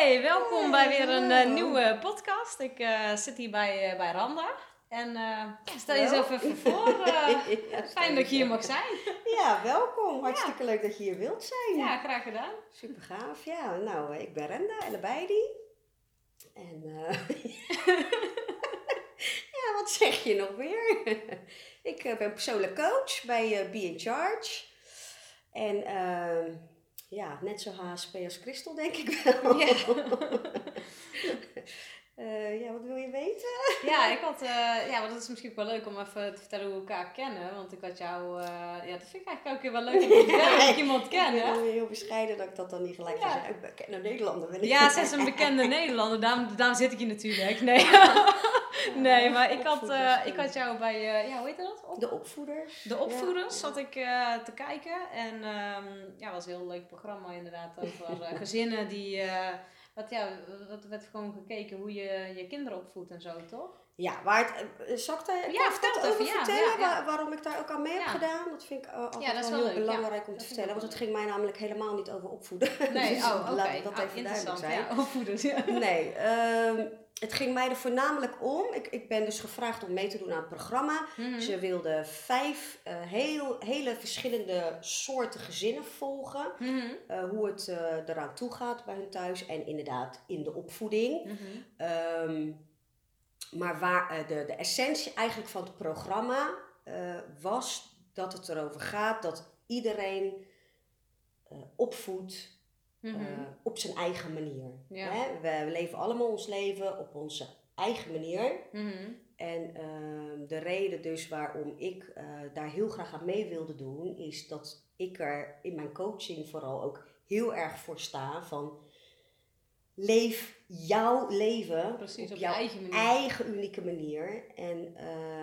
Hey, welkom bij weer een nieuwe podcast. Ik zit hier bij Randa. En stel jezelf even voor. Fijn dat je hier mag zijn. Ja, welkom. Hartstikke leuk dat je hier wilt zijn. Ja, graag gedaan. Super gaaf. Ja, nou, ik ben Renda Ellebeidi. En ja, wat zeg je nog weer? Ik ben persoonlijk coach bij Be in Charge. En ja, net zo HSP als Christel, denk ik wel. Ja. Ja, wat wil je weten? Ja, maar dat is misschien ook wel leuk om even te vertellen hoe we elkaar kennen. Want ik had jou, dat vind ik eigenlijk ook weer wel leuk om te vertellen dat ik iemand ken. Ik ben heel bescheiden dat ik dat dan niet gelijk ga zeggen. Ik ben bekende Nederlander. Ben ik. Ja, ze is een bekende Nederlander, daarom zit ik hier natuurlijk. Nee, nee, maar ik had jou bij, hoe heet dat? De opvoeders. De opvoeders zat ik te kijken. En het was een heel leuk programma inderdaad over gezinnen die... Dat werd gewoon gekeken hoe je je kinderen opvoedt en zo, toch? Ja, waar het, zal ik daar vertel over even, vertellen waarom ik daar ook aan mee heb gedaan? Dat vind ik altijd dat is wel wel heel leuk, belangrijk om te vertellen. Want het ging mij namelijk helemaal niet over opvoeden. Nee, dus oké. laat dat even duidelijk zijn. Ja, opvoeders, ja. Nee, het ging mij er voornamelijk om. Ik ben dus gevraagd om mee te doen aan het programma. Mm-hmm. Ze wilden 5 hele verschillende soorten gezinnen volgen. Mm-hmm. Hoe het eraan toe gaat bij hun thuis. En inderdaad in de opvoeding. Mm-hmm. Maar waar de essentie eigenlijk van het programma was dat het erover gaat dat iedereen opvoedt op zijn eigen manier. Ja. Hè? We leven allemaal ons leven op onze eigen manier. Mm-hmm. En de reden dus waarom ik daar heel graag aan mee wilde doen, is dat ik er in mijn coaching vooral ook heel erg voor sta van... Leef jouw leven op jouw je eigen unieke manier. En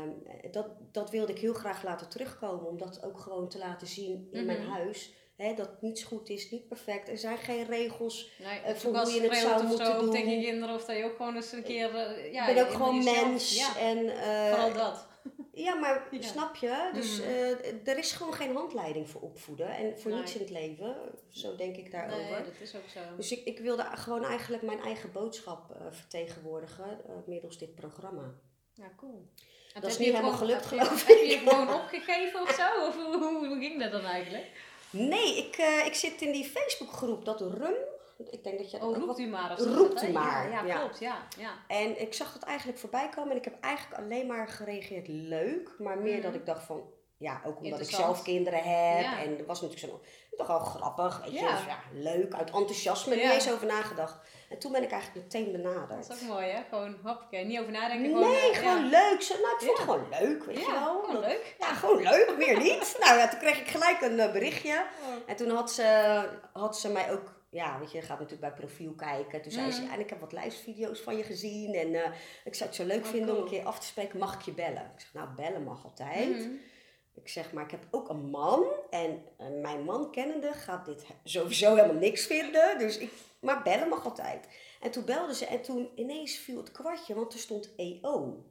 dat wilde ik heel graag laten terugkomen. Om dat ook gewoon te laten zien in mijn huis. Hè, dat niets goed is, niet perfect. Er zijn geen regels voor hoe je het zou moeten doen. Tegen je kinderen of dat je ook gewoon eens een keer... ik ben ook gewoon mens. Ja, en, vooral dat. Ja, maar snap je? Dus er is gewoon geen handleiding voor opvoeden. En voor niets in het leven. Zo denk ik daarover. Nee, dat is ook zo. Dus ik wilde gewoon eigenlijk mijn eigen boodschap vertegenwoordigen middels dit programma. Ja, cool. Dat is niet helemaal gelukt, geloof ik. Heb je het gewoon opgegeven of zo? Of hoe ging dat dan eigenlijk? Nee, ik zit in die Facebookgroep, dat RUM. Ik denk dat je roept u maar. Roept u maar. Ja, klopt. Ja. En ik zag dat eigenlijk voorbij komen en ik heb eigenlijk alleen maar gereageerd leuk. Maar meer dat ik dacht van, ja, ook omdat ik zelf kinderen heb. Ja. En er was natuurlijk toch al grappig, weet je. Dus leuk, uit enthousiasme, niet eens over nagedacht. En toen ben ik eigenlijk meteen benaderd. Dat is ook mooi, hè? Gewoon, hoppakee, niet over nadenken. Gewoon leuk. Ik vond het gewoon leuk, weet je wel. Gewoon leuk. Ja, gewoon leuk, meer niet. Nou ja, toen kreeg ik gelijk een berichtje. En toen had ze mij ook... Ja, weet je, je gaat natuurlijk bij profiel kijken. Toen zei ze, en ik heb wat lijstvideo's van je gezien. En ik zou het zo leuk vinden om een keer af te spreken. Mag ik je bellen? Ik zeg, nou, bellen mag altijd. Ik zeg, maar ik heb ook een man. En mijn man kennende gaat dit sowieso helemaal niks vinden. Maar bellen mag altijd. En toen belde ze en toen ineens viel het kwartje. Want er stond EO.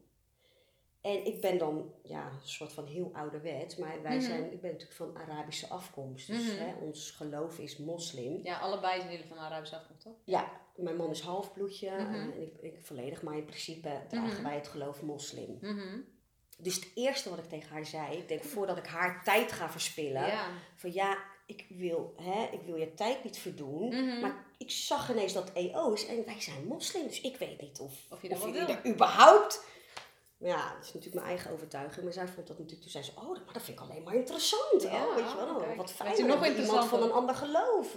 En ik ben dan, een soort van heel ouderwets, maar ik ben natuurlijk van Arabische afkomst. Dus ons geloof is moslim. Ja, allebei zijn jullie van Arabische afkomst, toch? Ja, mijn man is halfbloedje en ik volledig, maar in principe dragen wij het geloof moslim. Dus het eerste wat ik tegen haar zei, ik denk voordat ik haar tijd ga verspillen, van ik wil je tijd niet verdoen, maar ik zag ineens dat EO is en wij zijn moslim, dus ik weet niet of je er überhaupt... Ja, dat is natuurlijk mijn eigen overtuiging. Maar zij vond dat natuurlijk... Toen zei ze, maar dat vind ik alleen maar interessant. Ja, weet je wel, wat fijn. Nog iemand van een ander geloof.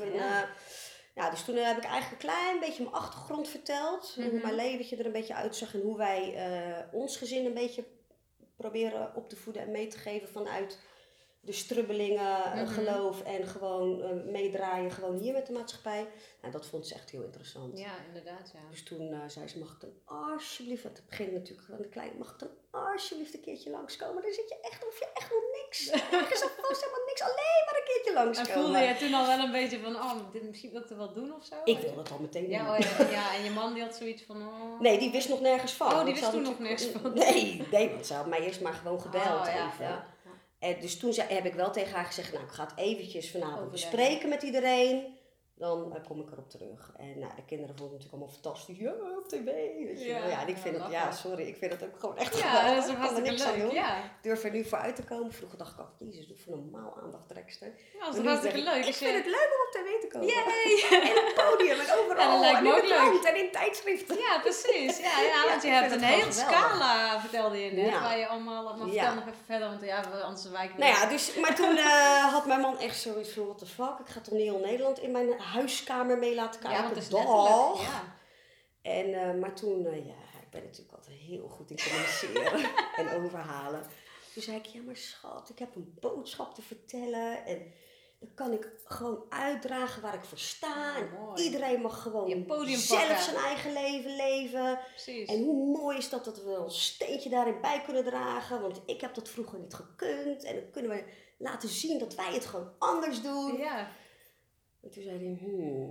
En, dus toen heb ik eigenlijk een klein beetje mijn achtergrond verteld. Hoe mijn leventje er een beetje uitzag. En hoe wij ons gezin een beetje proberen op te voeden en mee te geven vanuit de strubbelingen, geloof en gewoon meedraaien gewoon hier met de maatschappij. Nou, dat vond ze echt heel interessant. Ja, inderdaad, ja. Dus toen zei ze, mag ik dan alsjeblieft, want het begint natuurlijk aan de kleine, mag ik dan alsjeblieft een keertje langskomen? Dan zit je echt, hoef je echt nog niks. Ergens vast helemaal niks, alleen maar een keertje langskomen. En voelde je toen al wel een beetje van, misschien wil ik er wel doen of zo? Ik wilde het al meteen doen. Ja, en je man die had zoiets van, Nee, die wist nog nergens van. Oh, die wist toen nog nergens van. Nee, want ze had mij eerst maar gewoon gebeld even. Ja. En dus toen heb ik wel tegen haar gezegd, nou, ik ga het eventjes vanavond bespreken met iedereen. dan kom ik erop terug. En nou, de kinderen vonden het natuurlijk allemaal fantastisch. Ja, op tv, weet je wel. Ja, en ik vind het, sorry, ik vind het ook gewoon echt geweldig. Ja, dat is ook Ik kan er niks aan hartstikke doen. leuk, ja. Ik durf er nu voor uit te komen. Vroeger dacht ik al, jezus, doe voor normaal aandachttrekster. Ja, dat is hartstikke leuk. Ik vind het leuk om op tv te komen. Yay! En op het podium en overal. Ja, dat lijkt me en in ook de leuk. krant en in tijdschriften. Ja, precies. Ja, want je ik hebt vind een het hele gewoon geweldig. scala, vertelde je net, Ja. waar je allemaal... Maar vertel nog even verder, want anders wijken we... Nou ja, dus, maar toen had mijn man echt zoiets van, what the fuck, ik ga toch niet heel Nederland in mijn huiskamer mee laten kijken. Ja, want het is Dag. letterlijk, ja. En, maar toen, ik ben natuurlijk altijd heel goed in communiceren en overhalen. Toen zei ik, ja maar schat, ik heb een boodschap te vertellen en dan kan ik gewoon uitdragen waar ik voor sta. En mooi. iedereen mag gewoon Je podium zelf pakken. zijn eigen leven leven. Precies. En hoe mooi is dat we een steentje daarin bij kunnen dragen. Want ik heb dat vroeger niet gekund. En dan kunnen we laten zien dat wij het gewoon anders doen. Ja. En toen zei hij,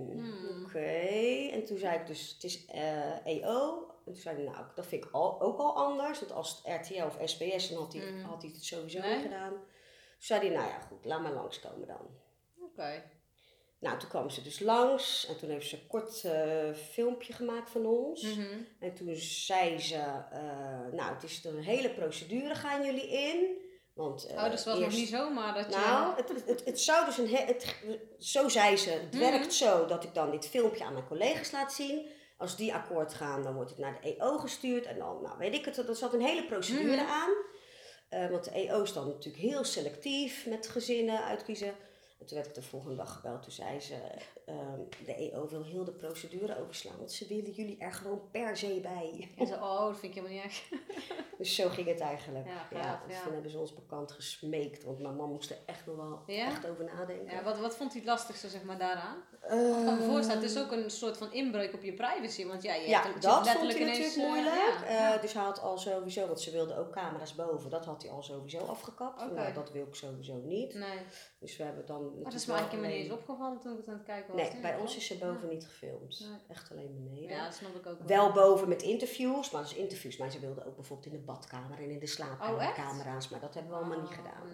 oké. En toen zei ik dus, het is EO. En toen zei hij, nou, dat vind ik ook al anders. Want als het RTL of SBS, dan had hij het sowieso niet gedaan. Toen zei hij, nou ja, goed, laat maar langskomen dan. Oké. Nou, toen kwam ze dus langs. En toen heeft ze een kort filmpje gemaakt van ons. En toen zei ze, nou, het is een hele procedure gaan jullie in. Want, Dus het was nog niet zomaar dat je... Nou, het zou dus zo zei ze, het werkt zo dat ik dan dit filmpje aan mijn collega's laat zien. Als die akkoord gaan, dan wordt het naar de EO gestuurd. En dan, nou weet ik het, er zat een hele procedure aan. Want de EO is dan natuurlijk heel selectief met gezinnen uitkiezen. En toen werd ik de volgende dag gebeld. Toen zei ze, de EO wil heel de procedure overslaan. Want ze willen jullie er gewoon per se bij. En zo, dat vind ik helemaal niet echt. Dus zo ging het eigenlijk. Ja, gaaf, Dus toen hebben ze ons bekant gesmeekt. Want mijn man moest er echt nog wel echt over nadenken. Ja, wat vond hij het lastigste zeg maar daaraan? Ik kan me voorstellen, het is ook een soort van inbreuk op je privacy. Want ja, dat vond hij natuurlijk moeilijk. Ja. Dus hij had al sowieso, want ze wilden ook camera's boven. Dat had hij al sowieso afgekapt. Okay. Nou, dat wil ik sowieso niet. Nee. Dus we hebben dan... Maar dat is me eigenlijk helemaal niet eens opgevallen toen ik het aan het kijken was. Nee, bij ons is ze boven niet gefilmd. Nee. Echt alleen beneden. Ja, dat snap ik ook wel. Boven met interviews, maar dat is interviews. Maar ze wilden ook bijvoorbeeld in de badkamer en in de slaapkamer camera's. Maar dat hebben we allemaal niet gedaan.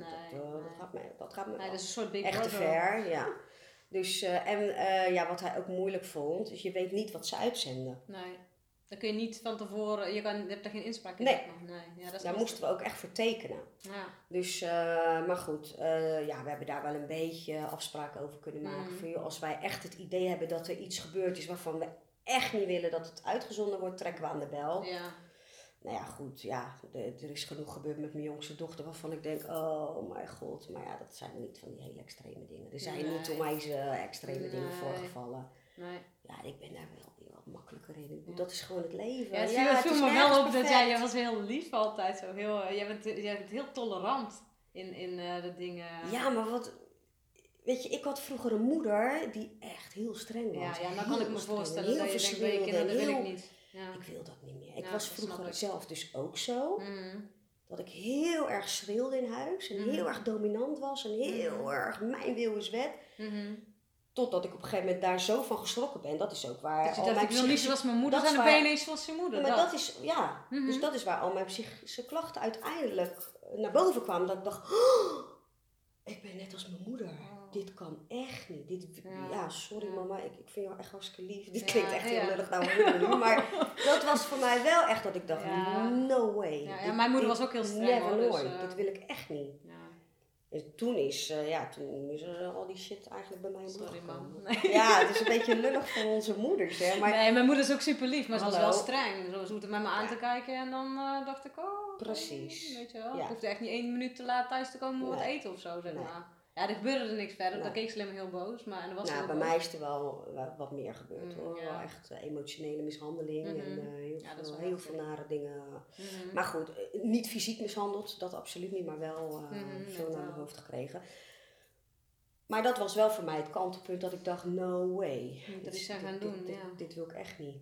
Dat gaat me dat is een soort Big echt te ver, ja. Dus, wat hij ook moeilijk vond, is je weet niet wat ze uitzenden. Nee. Dan kun je niet van tevoren, je hebt daar geen inspraak in. Nee. Ja, dat is daar moesten we ook echt voor tekenen. Ja. Dus, maar goed, we hebben daar wel een beetje afspraken over kunnen maken. Voor je, als wij echt het idee hebben dat er iets gebeurd is waarvan we echt niet willen dat het uitgezonden wordt, trekken we aan de bel. Ja. Nou ja, goed, er is genoeg gebeurd met mijn jongste dochter waarvan ik denk, oh mijn god. Maar ja, dat zijn niet van die hele extreme dingen. Er zijn niet onwijs extreme dingen voorgevallen. Nee. Ja, ik ben daar wel wat makkelijker in. Dat is gewoon het leven. Ja, het viel me wel op dat jij was heel lief altijd. Zo heel, jij bent heel tolerant in de dingen. Ja, maar wat... Weet je, ik had vroeger een moeder die echt heel streng was. Ja, dan kan ik me voorstellen dat je denkt bij je kinderen, dat wil ik niet. Ja. Ik wil dat niet meer. Ik was vroeger zelf dus ook zo. Dat ik heel erg schreeuwde in huis. En heel erg dominant was. En heel erg mijn wil is wet. Totdat ik op een gegeven moment daar zo van geschrokken ben. Dat is ook waar dus al mijn ik wil niet zoals mijn moeder zijn, dan ben je ineens zoals je moeder. Maar dat is, dus dat is waar al mijn psychische klachten uiteindelijk naar boven kwamen. Dat ik dacht, ik ben net als mijn moeder. Dit kan echt niet. Sorry mama, ik vind jou echt hartstikke lief. Dit klinkt echt heel lullig naar mijn moeder nu. Maar dat was voor mij wel echt dat ik dacht, no way. Ja, mijn moeder was ook heel streng. Never nooit. Dit wil ik echt niet. En toen is al die shit eigenlijk bij mij in Sorry mam. Nee. Ja, het is een beetje lullig van onze moeders. Hè, maar... Nee, mijn moeder is ook super lief, maar ze was wel streng. Ze hoefde met me aan te kijken en dan dacht ik, precies. Weet je wel. Ik hoefde echt niet 1 minuut te laat thuis te komen om wat eten of zo, zeg maar. Ja, er gebeurde er niks verder. Dan keek ze alleen maar heel boos. Maar, en was bij mij is er wel wat meer gebeurd hoor. Wel echt emotionele mishandeling en heel veel nare dingen. Maar goed, niet fysiek mishandeld, dat absoluut niet, maar wel veel naar mijn hoofd gekregen. Maar dat was wel voor mij het kantelpunt dat ik dacht, no way. Dat is gaan doen, dit wil ik echt niet.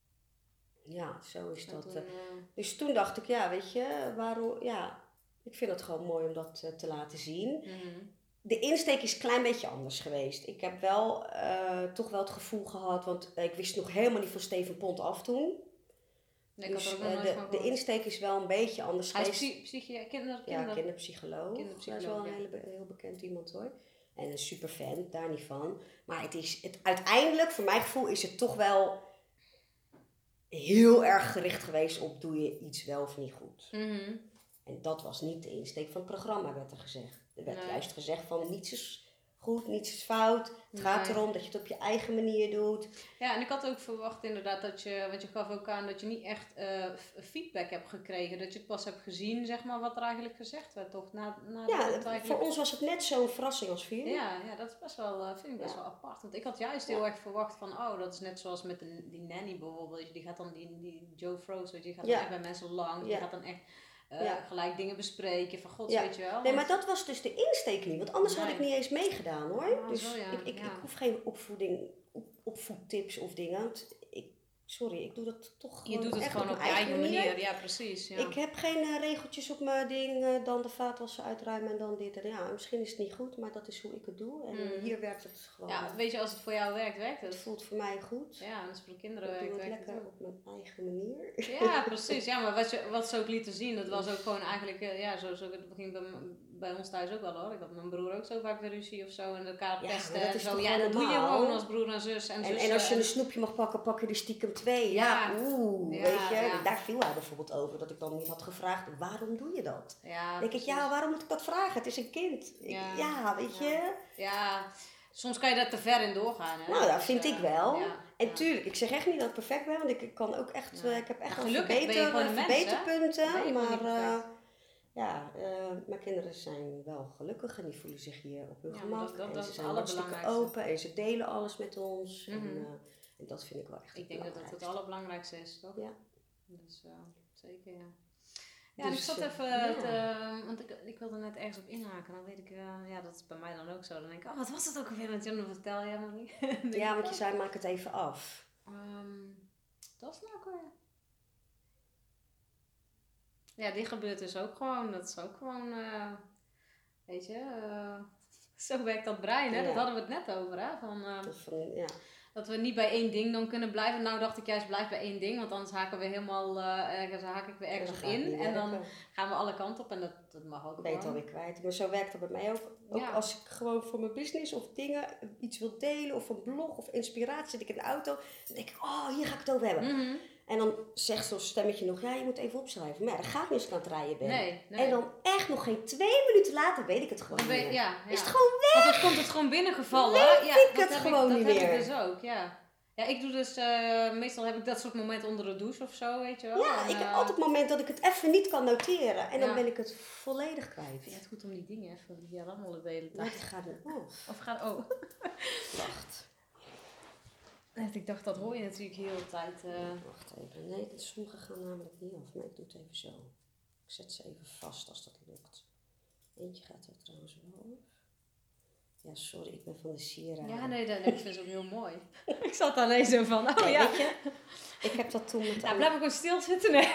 Ja, zo is dat. Dus toen dacht ik, weet je, waarom, ik vind het gewoon mooi om dat te laten zien. De insteek is een klein beetje anders geweest. Ik heb wel toch wel het gevoel gehad, want ik wist nog helemaal niet van Steven Pont af toen. Nee, dus de insteek is wel een beetje anders geweest. Hij is kinderpsycholoog. Hij is wel een heel bekend iemand hoor. En een super fan, daar niet van. Maar uiteindelijk, voor mijn gevoel, is het toch wel heel erg gericht geweest op doe je iets wel of niet goed. En dat was niet de insteek van het programma, werd er gezegd. Er werd juist gezegd van niets is goed, niets is fout. Het gaat erom dat je het op je eigen manier doet. Ja, en ik had ook verwacht inderdaad dat je, want je gaf ook aan dat je niet echt feedback hebt gekregen. Dat je het pas hebt gezien, zeg maar, wat er eigenlijk gezegd werd, toch? Voor ons was het net zo'n verrassing als voor jullie. Ja, dat is best wel, vind ik best wel apart. Want ik had juist heel erg verwacht van, dat is net zoals met die nanny bijvoorbeeld. Die gaat dan, die Joe Frozen, die gaat dan echt bij mensen lang. Die gaat dan echt gelijk dingen bespreken van god, weet je wel. Nee, maar dat was dus de insteek niet. Want anders had ik niet eens meegedaan hoor. Ah, dus ik hoef geen opvoedtips of dingen. Ik doe dat toch gewoon. Je doet het gewoon op je eigen manier. Ja, precies. Ja. Ik heb geen regeltjes op mijn ding, dan de vaatwasser uitruimen en dan dit en ja. Misschien is het niet goed, maar dat is hoe ik het doe. En hier werkt het gewoon. Ja, weet je, als het voor jou werkt, werkt het. Het voelt voor mij goed. Ja, en als het voor de kinderen werkt, werkt het lekker op mijn eigen manier. Ja, precies. Ja, maar wat ze ook lieten zien, dat was ook gewoon eigenlijk, zo ging bij ons thuis ook wel hoor. Ik had mijn broer ook zo vaak de ruzie of zo en elkaar pesten en zo. Ja, dat doe je gewoon als broer en zus en zussen. En als je een snoepje mag pakken, pak je er stiekem 2. Weet je. Daar viel hij bijvoorbeeld over, dat ik dan niet had gevraagd, waarom doe je dat? Ja, denk ik, waarom moet ik dat vragen? Het is een kind. Weet je. Ja, soms kan je daar te ver in doorgaan. Hè? Nou, dat vind ik wel. En tuurlijk, ik zeg echt niet dat ik perfect ben, want ik kan ook echt, ik heb echt wel verbeterpunten. Maar mijn kinderen zijn wel gelukkig en die voelen zich hier op hun gemak. En ze zijn hartstikke open en ze delen alles met ons. En dat vind ik wel echt. Ik denk dat het allerbelangrijkste is, toch? Ja. Dus zeker, ja. Ja, dus, ik zat even, want ik wilde net ergens op inhaken. Dan weet ik, dat is bij mij dan ook zo. Dan denk ik, wat was het ook alweer? Want dan vertel je helemaal niet. Ja, want je zei, maak het even af. Dat is nou ook weer. Ja, dit gebeurt dus ook gewoon. Dat is ook gewoon, weet je, zo werkt dat brein, hè? Dat hadden we het net over, hè? Dat we niet bij één ding dan kunnen blijven. Nou dacht ik juist, blijf bij één ding. Want anders haken we helemaal haak ik weer ergens op in. En dan gaan we alle kanten op. En dat mag ook. Ben je het alweer kwijt. Maar zo werkt het bij mij ook. Ook als ik gewoon voor mijn business of dingen iets wil delen. Of een blog of inspiratie. Zit ik in de auto. Dan denk ik, hier ga ik het over hebben. En dan zegt zo'n stemmetje nog, je moet even opschrijven. Maar dat gaat niet als ik aan het rijden ben. Nee. En dan echt nog geen 2 minuten later weet ik het gewoon niet meer. Is het gewoon weg? Want dan komt het gewoon binnengevallen. Weet ik het gewoon niet meer. Dat heb ik dus ook, ja. Ja, ik doe dus, meestal heb ik dat soort momenten onder de douche of zo, weet je wel. Ja, ik heb altijd het moment dat ik het even niet kan noteren. En dan ben ik het volledig kwijt. Vind je het goed om die dingen even hier allemaal de hele tijd? Het gaat niet af. Of gaat, Wacht. Ik dacht, dat hoor je natuurlijk heel de tijd. Wacht even. Nee, sommige gaan namelijk niet af. Maar ik doe het even zo. Ik zet ze even vast als dat lukt. Eentje gaat er trouwens wel af. Ja, sorry, ik ben van de sieraden. Ja, nee, dat vind ik ook heel mooi. Ik zat alleen zo van, weet je, ik heb dat toen met... blijf maar gewoon stilzitten. Nee.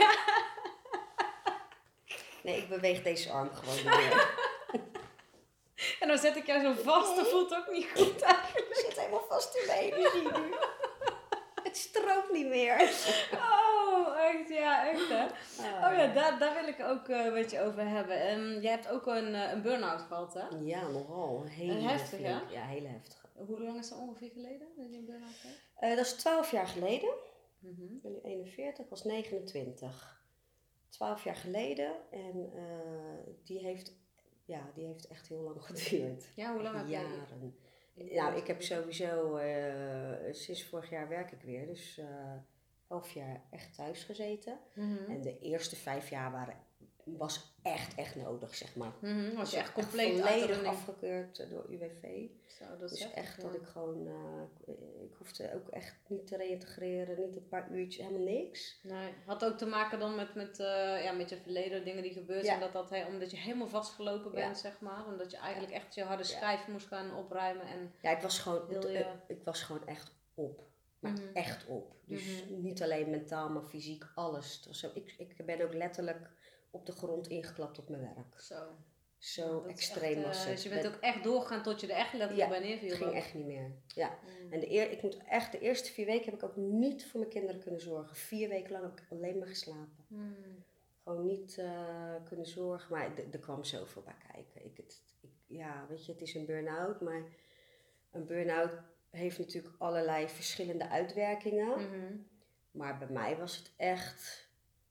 Nee, ik beweeg deze arm gewoon niet meer. En dan zet ik jou zo vast, dat voelt ook niet goed eigenlijk. Ik zit helemaal vast in mijn energie nu. Het stroomt niet meer. Echt, hè. Daar wil ik ook een beetje over hebben. Jij hebt ook een burn-out gehad, hè? Ja, nogal. Heftig, hè? Ja, heel heftig. Hoe lang is dat ongeveer geleden, dat je een burn-out hebt? Dat is 12 jaar geleden. Ik ben nu 41, ik was 29. 12 jaar geleden. En die heeft echt heel lang geduurd. Ja, hoe lang heb je? Jaren. Nou, ik heb sowieso, sinds vorig jaar werk ik weer, dus 11 jaar echt thuis gezeten. En de eerste 5 jaar was echt nodig, zeg maar. Was je echt compleet volledig afgekeurd door UWV. Zo, dat is dus echt dat ik gewoon, ik hoefde ook echt niet te reïntegreren, niet een paar uurtjes, helemaal niks. Nee, had ook te maken dan met je verleden, dingen die gebeurd zijn, omdat je helemaal vastgelopen bent, zeg maar. Omdat je eigenlijk echt je harde schijf moest gaan opruimen. En ik was gewoon echt op. Maar echt op. Dus niet alleen mentaal, maar fysiek, alles. Zo, ik ben ook letterlijk op de grond ingeklapt op mijn werk. Zo extreem was het. Dus je bent ook echt doorgegaan tot je er echt letterlijk bij neerviel. Het ging echt niet meer. Ja. En ik moet echt, de eerste 4 weken heb ik ook niet voor mijn kinderen kunnen zorgen. 4 weken lang heb ik alleen maar geslapen. Gewoon niet kunnen zorgen. Maar er kwam zoveel bij kijken. weet je, het is een burn-out, maar een burn-out heeft natuurlijk allerlei verschillende uitwerkingen. Mm-hmm. Maar bij mij was het echt,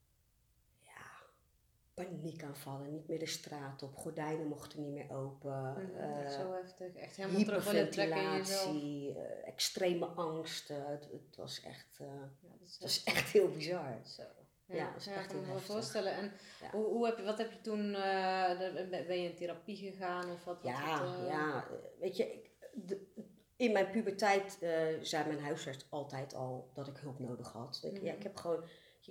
paniekaanvallen, niet meer de straat op, gordijnen mochten niet meer open. Zo heftig, echt helemaal terug willen trekken in jezelf. Extreme angsten, het was echt, het was echt heel bizar. Zo. Ja, dat is echt ik kan me wel heftig. voorstellen. En wat heb je toen, ben je in therapie gegaan of wat? Weet je, in mijn puberteit zei mijn huisarts altijd al dat ik hulp nodig had. Ik heb gewoon,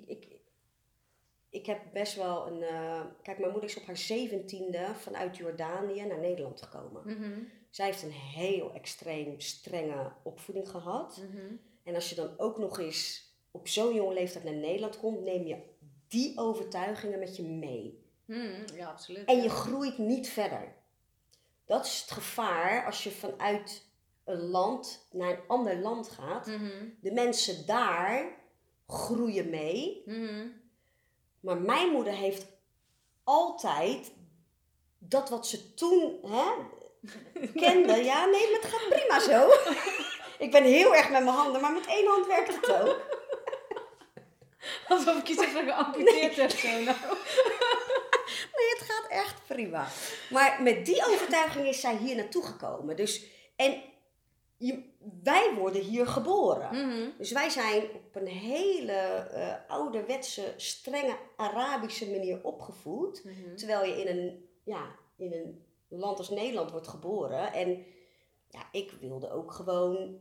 ik heb best wel een, kijk, mijn moeder is op haar 17e vanuit Jordanië naar Nederland gekomen. Mm-hmm. Zij heeft een heel extreem strenge opvoeding gehad. Mm-hmm. En als je dan ook nog eens op zo'n jonge leeftijd naar Nederland komt, neem je die overtuigingen met je mee. Ja, absoluut. En je groeit niet verder. Dat is het gevaar als je vanuit een land naar een ander land gaat. Mm-hmm. De mensen daar groeien mee. Mm-hmm. Maar mijn moeder heeft altijd dat wat ze toen kende. Ja, nee, maar het gaat prima zo. Ik ben heel erg met mijn handen, maar met één hand werkt het ook. Alsof ik iets even geamputeerd heb zo nou. Nee, het gaat echt prima. Maar met die overtuiging is zij hier naartoe gekomen. Dus, en wij worden hier geboren. Mm-hmm. Dus wij zijn op een hele ouderwetse, strenge Arabische manier opgevoed. Mm-hmm. Terwijl je in een land als Nederland wordt geboren. En ik wilde ook gewoon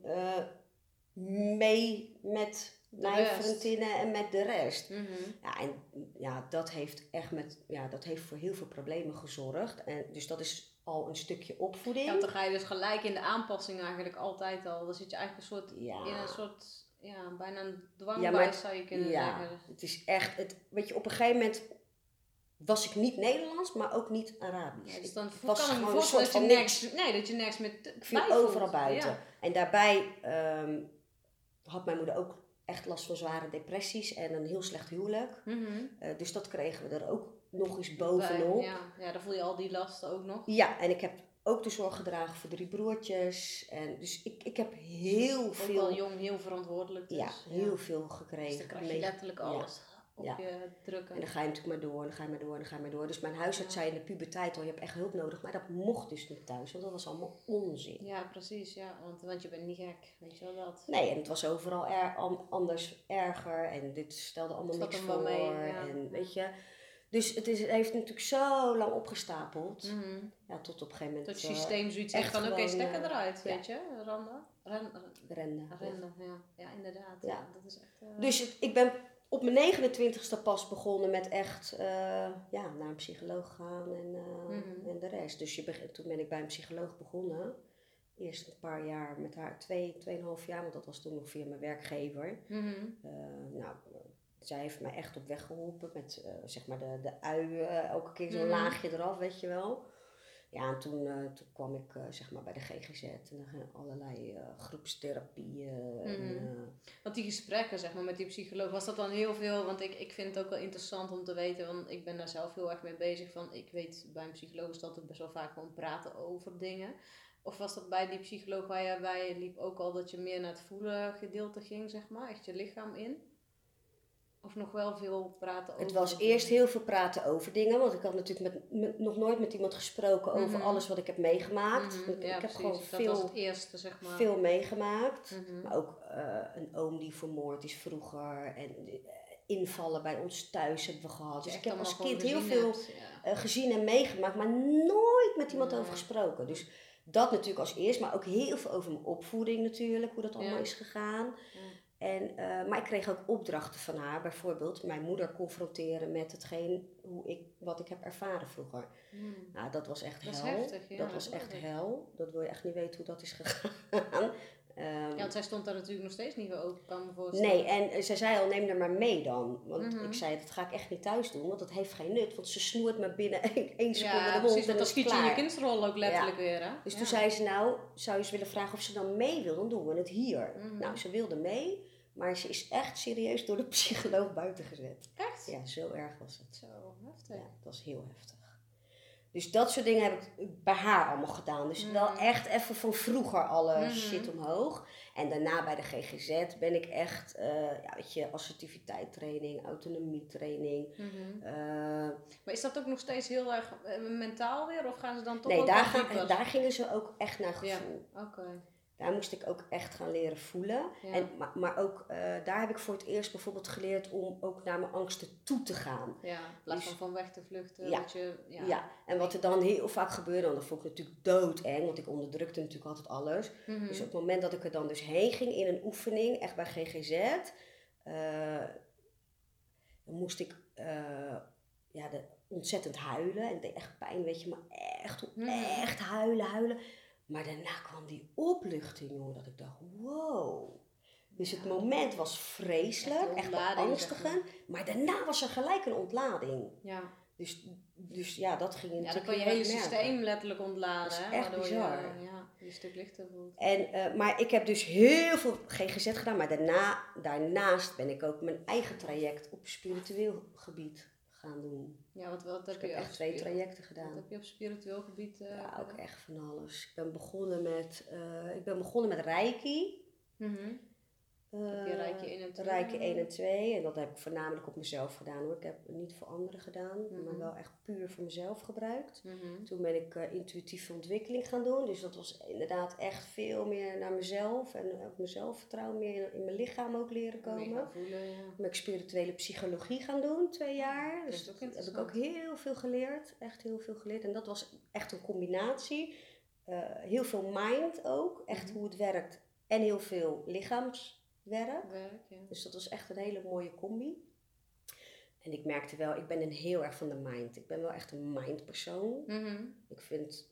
mee met mijn vriendinnen en met de rest. Mm-hmm. Dat heeft echt dat heeft voor heel veel problemen gezorgd. En dus dat is al een stukje opvoeding. Ja, dan ga je dus gelijk in de aanpassing eigenlijk altijd al. Dan zit je eigenlijk in een soort, bijna een dwangbuis zou je kunnen zeggen. Het is echt, weet je, op een gegeven moment was ik niet Nederlands, maar ook niet Arabisch. Ja, dus dan was kan ik me gewoon voorstellen een dat je nergens meer ik viel overal buiten. Ja. En daarbij had mijn moeder ook echt last van zware depressies en een heel slecht huwelijk. Mm-hmm. Dus dat kregen we er ook nog eens bovenop. Ja, dan voel je al die lasten ook nog. Ja, en ik heb ook de zorg gedragen voor 3 broertjes. En dus ik heb heel veel... Ook al jong, heel verantwoordelijk dus. Ja, heel veel gekregen. Dus dan krijg je letterlijk alles op je drukken. En dan ga je natuurlijk maar door, en dan ga je maar door, en dan ga je maar door. Dus mijn huisarts zei in de puberteit al, je hebt echt hulp nodig. Maar dat mocht dus niet thuis, want dat was allemaal onzin. Ja, precies. Ja. Want je bent niet gek, weet je wel dat. Nee, en het was overal anders erger. En dit stelde allemaal niks voor. En weet je... Dus het heeft natuurlijk zo lang opgestapeld. Mm-hmm. Ja, tot op een gegeven moment... Dat het systeem zoiets zegt van, oké, stekker eruit, weet je. Renden. Ja, inderdaad. Ja, dat is echt... Dus ik ben op mijn 29ste pas begonnen met echt naar een psycholoog gaan en de rest. Dus toen ben ik bij een psycholoog begonnen. Eerst een paar jaar met haar, 2,5 jaar, want dat was toen nog via mijn werkgever. Mm-hmm. Zij heeft mij echt op weg geholpen met zeg maar de uien, elke keer zo'n laagje eraf, weet je wel. Ja, en toen kwam ik zeg maar bij de GGZ en dan gingen allerlei groepstherapieën. Want die gesprekken zeg maar met die psycholoog, was dat dan heel veel? Want ik vind het ook wel interessant om te weten, want ik ben daar zelf heel erg mee bezig. Ik weet bij een psycholoog is dat best wel vaak gewoon praten over dingen. Of was dat bij die psycholoog waar je bij liep ook al dat je meer naar het voelen gedeelte ging, zeg maar, echt je lichaam in? Of nog wel veel praten over? Het was eerst heel veel praten over dingen, want ik had natuurlijk nog nooit met iemand gesproken over alles wat ik heb meegemaakt. Ik heb gewoon dat was het eerste, zeg maar. Veel meegemaakt. Maar ook een oom die vermoord is vroeger en invallen bij ons thuis hebben we gehad. Dus ik heb als kind heel veel gezien en meegemaakt, maar nooit met iemand over gesproken. Dus dat natuurlijk als eerst, maar ook heel veel over mijn opvoeding natuurlijk, hoe dat allemaal is gegaan. Maar ik kreeg ook opdrachten van haar, bijvoorbeeld mijn moeder confronteren met wat ik heb ervaren vroeger. Nou, dat was echt hel. Dat is heftig, dat was echt hel. Dat wil je echt niet weten hoe dat is gegaan. Want zij stond daar natuurlijk nog steeds niet voor open, kan me voorstellen. Nee, en zij zei al, neem er maar mee dan. Want ik zei, dat ga ik echt niet thuis doen, want dat heeft geen nut. Want ze snoert me binnen 1 seconde de mond precies, want dan schiet je in je kindsrol ook letterlijk weer. Hè? Dus toen zei ze, nou, zou je eens willen vragen of ze dan mee wil, dan doen we het hier. Nou, ze wilde mee, maar ze is echt serieus door de psycholoog buiten gezet. Echt? Ja, zo erg was het. Zo heftig. Ja, het was heel heftig. Dus dat soort dingen heb ik bij haar allemaal gedaan. Dus wel echt even van vroeger alle shit omhoog. En daarna bij de GGZ ben ik echt, assertiviteit training, autonomie training. Maar is dat ook nog steeds heel erg mentaal weer? Of gaan ze dan toch nee, ook daar gingen ze ook echt naar gevoel. Ja, oké. Daar moest ik ook echt gaan leren voelen. Ja. Maar ook daar heb ik voor het eerst bijvoorbeeld geleerd om ook naar mijn angsten toe te gaan. Ja, in plaats van weg te vluchten. Ja, en wat er dan heel vaak gebeurde, dat vond ik natuurlijk doodeng, want ik onderdrukte natuurlijk altijd alles. Dus op het moment dat ik er dan dus heen ging in een oefening, echt bij GGZ, dan moest ik ontzettend huilen. En het deed echt pijn, weet je, maar echt huilen. Maar daarna kwam die opluchting, jongen, dat ik dacht, wow. Dus het moment was vreselijk, echt beangstigend. Maar daarna was er gelijk een ontlading. Ja. Dus ja, dat ging natuurlijk. Ja, dan kan je hele systeem letterlijk ontladen. Dat is echt bizar. Je een stuk lichter voelt. Maar ik heb dus heel veel GGZ gedaan. Maar daarnaast ben ik ook mijn eigen traject op spiritueel gebied gaan doen. Ja, wat heb je echt 2 trajecten gedaan. Wat heb je op spiritueel gebied ja, ook echt van alles. Ik ben begonnen met Reiki. Heb je Reiki 1 en 2? Reiki 1 en 2. En dat heb ik voornamelijk op mezelf gedaan hoor. Ik heb het niet voor anderen gedaan, maar wel echt puur voor mezelf gebruikt. Toen ben ik intuïtieve ontwikkeling gaan doen. Dus dat was inderdaad echt veel meer naar mezelf. En ook mijn zelfvertrouwen meer in mijn lichaam ook leren komen. Meer gaan voelen, ja. Ben ik spirituele psychologie gaan doen, 2 jaar. Dus dat heb ik ook heel veel geleerd. Echt heel veel geleerd. En dat was echt een combinatie. Heel veel mind ook. Echt hoe het werkt. En heel veel lichaamswerk. Ja. Dus dat was echt een hele mooie combi. En ik merkte wel, ik ben heel erg van de mind. Ik ben wel echt een mindpersoon. Ik vind,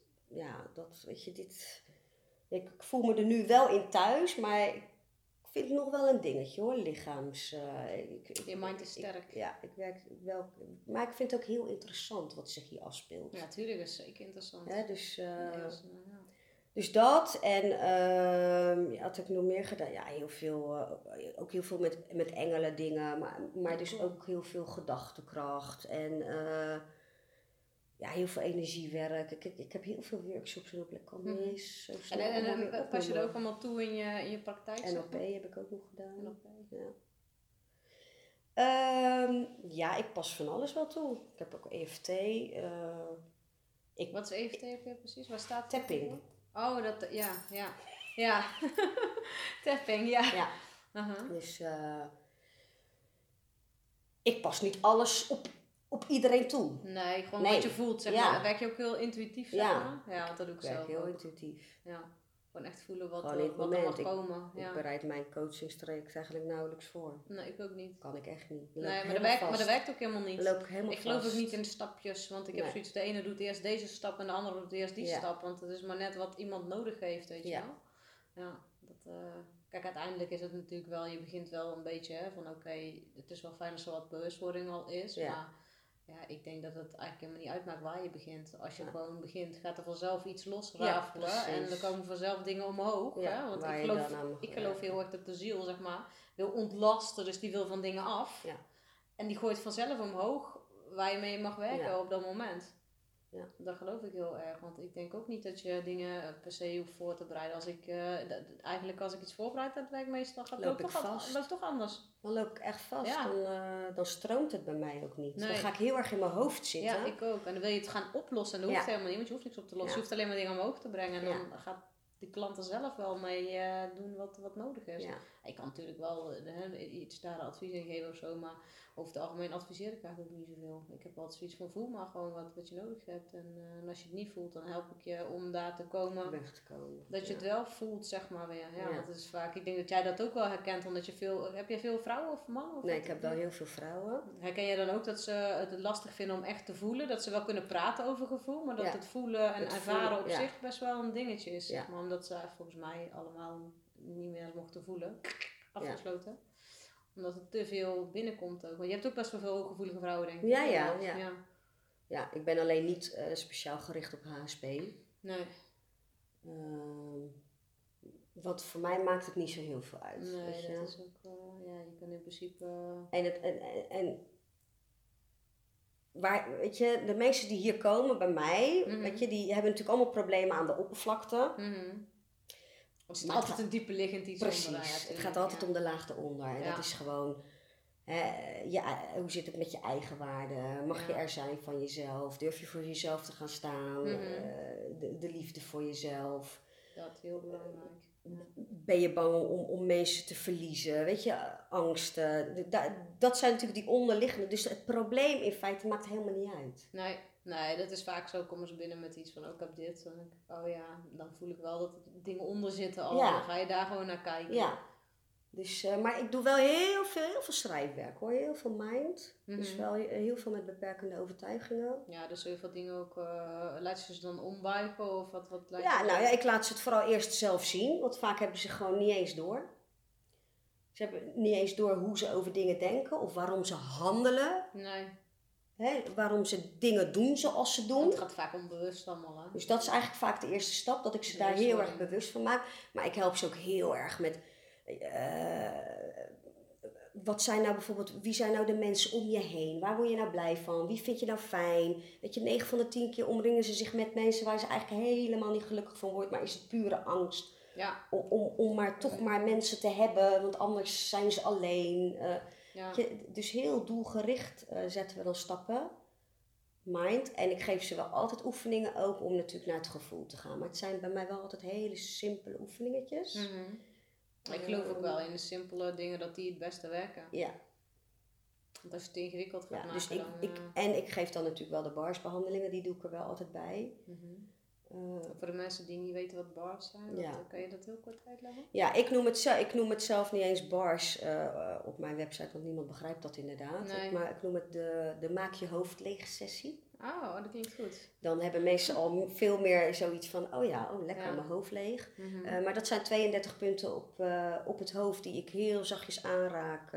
ik voel me er nu wel in thuis, maar ik vind het nog wel een dingetje hoor, lichaams. Je mind is sterk. Ik werk wel, maar ik vind het ook heel interessant wat zich hier afspeelt. Ja, natuurlijk is het zeker interessant. Ja, dus dat en wat heb ik nog meer gedaan? Ja, heel veel, ook heel veel met engelen dingen, maar dus ook heel veel gedachtekracht en heel veel energiewerk. Ik heb heel veel workshops en ik kan niet eens zo snel. En pas je er ook allemaal toe in je praktijk? NLP heb ik ook nog gedaan. NLP. Ja. Ik pas van alles wel toe. Ik heb ook EFT. Wat is EFT ook precies? Waar staat tapping? Oh, ja. Tapping, ja. Dus ik pas niet alles op iedereen toe. Nee, gewoon wat je voelt, zeg maar. Werk je ook heel intuïtief, zeg maar? Ja, want dat doe ik zelf heel ook. intuïtief. Ja, gewoon echt voelen wat er mag komen. Ik bereid mijn coachingstraject eigenlijk nauwelijks voor. Nee, ik ook niet. Kan ik echt niet. Nee, maar dat werkt ook helemaal niet. Ik geloof ook niet in stapjes, want ik heb zoiets, de ene doet eerst deze stap en de andere doet eerst die stap. Want het is maar net wat iemand nodig heeft, weet je wel. Ja, kijk, uiteindelijk is het natuurlijk wel, je begint wel een beetje van oké, het is wel fijn als er wat bewustwording al is, maar ja, ik denk dat het eigenlijk helemaal niet uitmaakt waar je begint. Als je gewoon begint, gaat er vanzelf iets losrafelen en er komen vanzelf dingen omhoog. Ja, hè? Want ik geloof heel erg dat de ziel, zeg maar, wil ontlasten, dus die wil van dingen af. Ja. En die gooit vanzelf omhoog waar je mee mag werken op dat moment. Ja. Dat geloof ik heel erg, want ik denk ook niet dat je dingen per se hoeft voor te bereiden. Als ik iets voorbereid heb, werk meestal loop ik vast. Dat is toch anders. Dan loop ik echt vast. Ja. Dan stroomt het bij mij ook niet. Nee. Dan ga ik heel erg in mijn hoofd zitten. Ja, ik ook. En dan wil je het gaan oplossen. En dat hoeft helemaal niet, want je hoeft niks op te lossen. Je hoeft alleen maar dingen omhoog te brengen. En dan gaat die klant er zelf wel mee doen wat nodig is. Ja. Ik kan natuurlijk wel iets daar advies in geven of zo, maar over het algemeen adviseer ik eigenlijk ook niet zoveel. Ik heb altijd zoiets van voel maar gewoon wat je nodig hebt. En als je het niet voelt, dan help ik je om daar te komen. Weg te komen. Dat je het wel voelt, zeg maar weer. Ja, dat is vaak. Ik denk dat jij dat ook wel herkent, omdat heb jij veel vrouwen of mannen? Nee, ik heb wel heel veel vrouwen. Herken jij dan ook dat ze het lastig vinden om echt te voelen? Dat ze wel kunnen praten over gevoel, maar dat het voelen en ervaren op zich best wel een dingetje is. Zeg maar, omdat ze volgens mij allemaal niet meer mochten voelen. Afgesloten. Ja. Omdat het te veel binnenkomt ook. Want je hebt ook best wel veel gevoelige vrouwen, denk ik. Ja, ik ben alleen niet speciaal gericht op HSP. Nee. Want voor mij maakt het niet zo heel veel uit. Nee, weet je? Dat is ook je kan in principe... weet je, de mensen die hier komen bij mij, weet je, die hebben natuurlijk allemaal problemen aan de oppervlakte. Het is altijd een diepe liggend iets precies, onder. Precies, het gaat altijd om de laag eronder. En dat is gewoon, hoe zit het met je eigenwaarde? Mag je er zijn van jezelf? Durf je voor jezelf te gaan staan? De liefde voor jezelf. Dat is heel belangrijk. Ben je bang om mensen te verliezen? Weet je, angsten. Dat zijn natuurlijk die onderliggende. Dus het probleem in feite maakt helemaal niet uit. Nee, dat is vaak zo. Komen ze binnen met iets van, ik heb dit. Dan voel ik wel dat er dingen onder zitten al. Dan ga je daar gewoon naar kijken. Ja. Dus, maar ik doe wel heel veel schrijfwerk hoor. Heel veel mind. Dus wel heel veel met beperkende overtuigingen. Ja, dus heel veel dingen ook. Laat je ze dan ombuigen of wat lijkt ja, ik laat ze het vooral eerst zelf zien. Want vaak hebben ze gewoon niet eens door. Ze hebben niet eens door hoe ze over dingen denken. Of waarom ze handelen. Nee. Waarom ze dingen doen zoals ze doen. Het gaat vaak onbewust allemaal. Hè? Dus dat is eigenlijk vaak de eerste stap. Dat ik ze daar heel erg bewust van maak. Maar ik help ze ook heel erg met... wat zijn nou bijvoorbeeld, wie zijn nou de mensen om je heen? Waar word je nou blij van? Wie vind je nou fijn? Weet je, 9 van de 10 keer omringen ze zich met mensen waar ze eigenlijk helemaal niet gelukkig van worden. Maar is het pure angst om maar toch maar mensen te hebben, want anders zijn ze alleen. Dus heel doelgericht zetten we dan stappen. Mind. En ik geef ze wel altijd oefeningen ook om natuurlijk naar het gevoel te gaan. Maar het zijn bij mij wel altijd hele simpele oefeningetjes. Ik geloof ook wel in de simpele dingen dat die het beste werken. Ja. Want als je het ingewikkeld gaat maken dus dan... ik geef dan natuurlijk wel de BARS-behandelingen, die doe ik er wel altijd bij. Voor de mensen die niet weten wat BARS zijn, kan je dat heel kort uitleggen? Ja, ik noem het zelf niet eens BARS op mijn website, want niemand begrijpt dat inderdaad. Nee. Maar ik noem het de maak je hoofd leeg sessie. Oh, dat klinkt goed. Dan hebben mensen al veel meer zoiets van, lekker mijn hoofd leeg. Maar dat zijn 32 punten op het hoofd die ik heel zachtjes aanraak.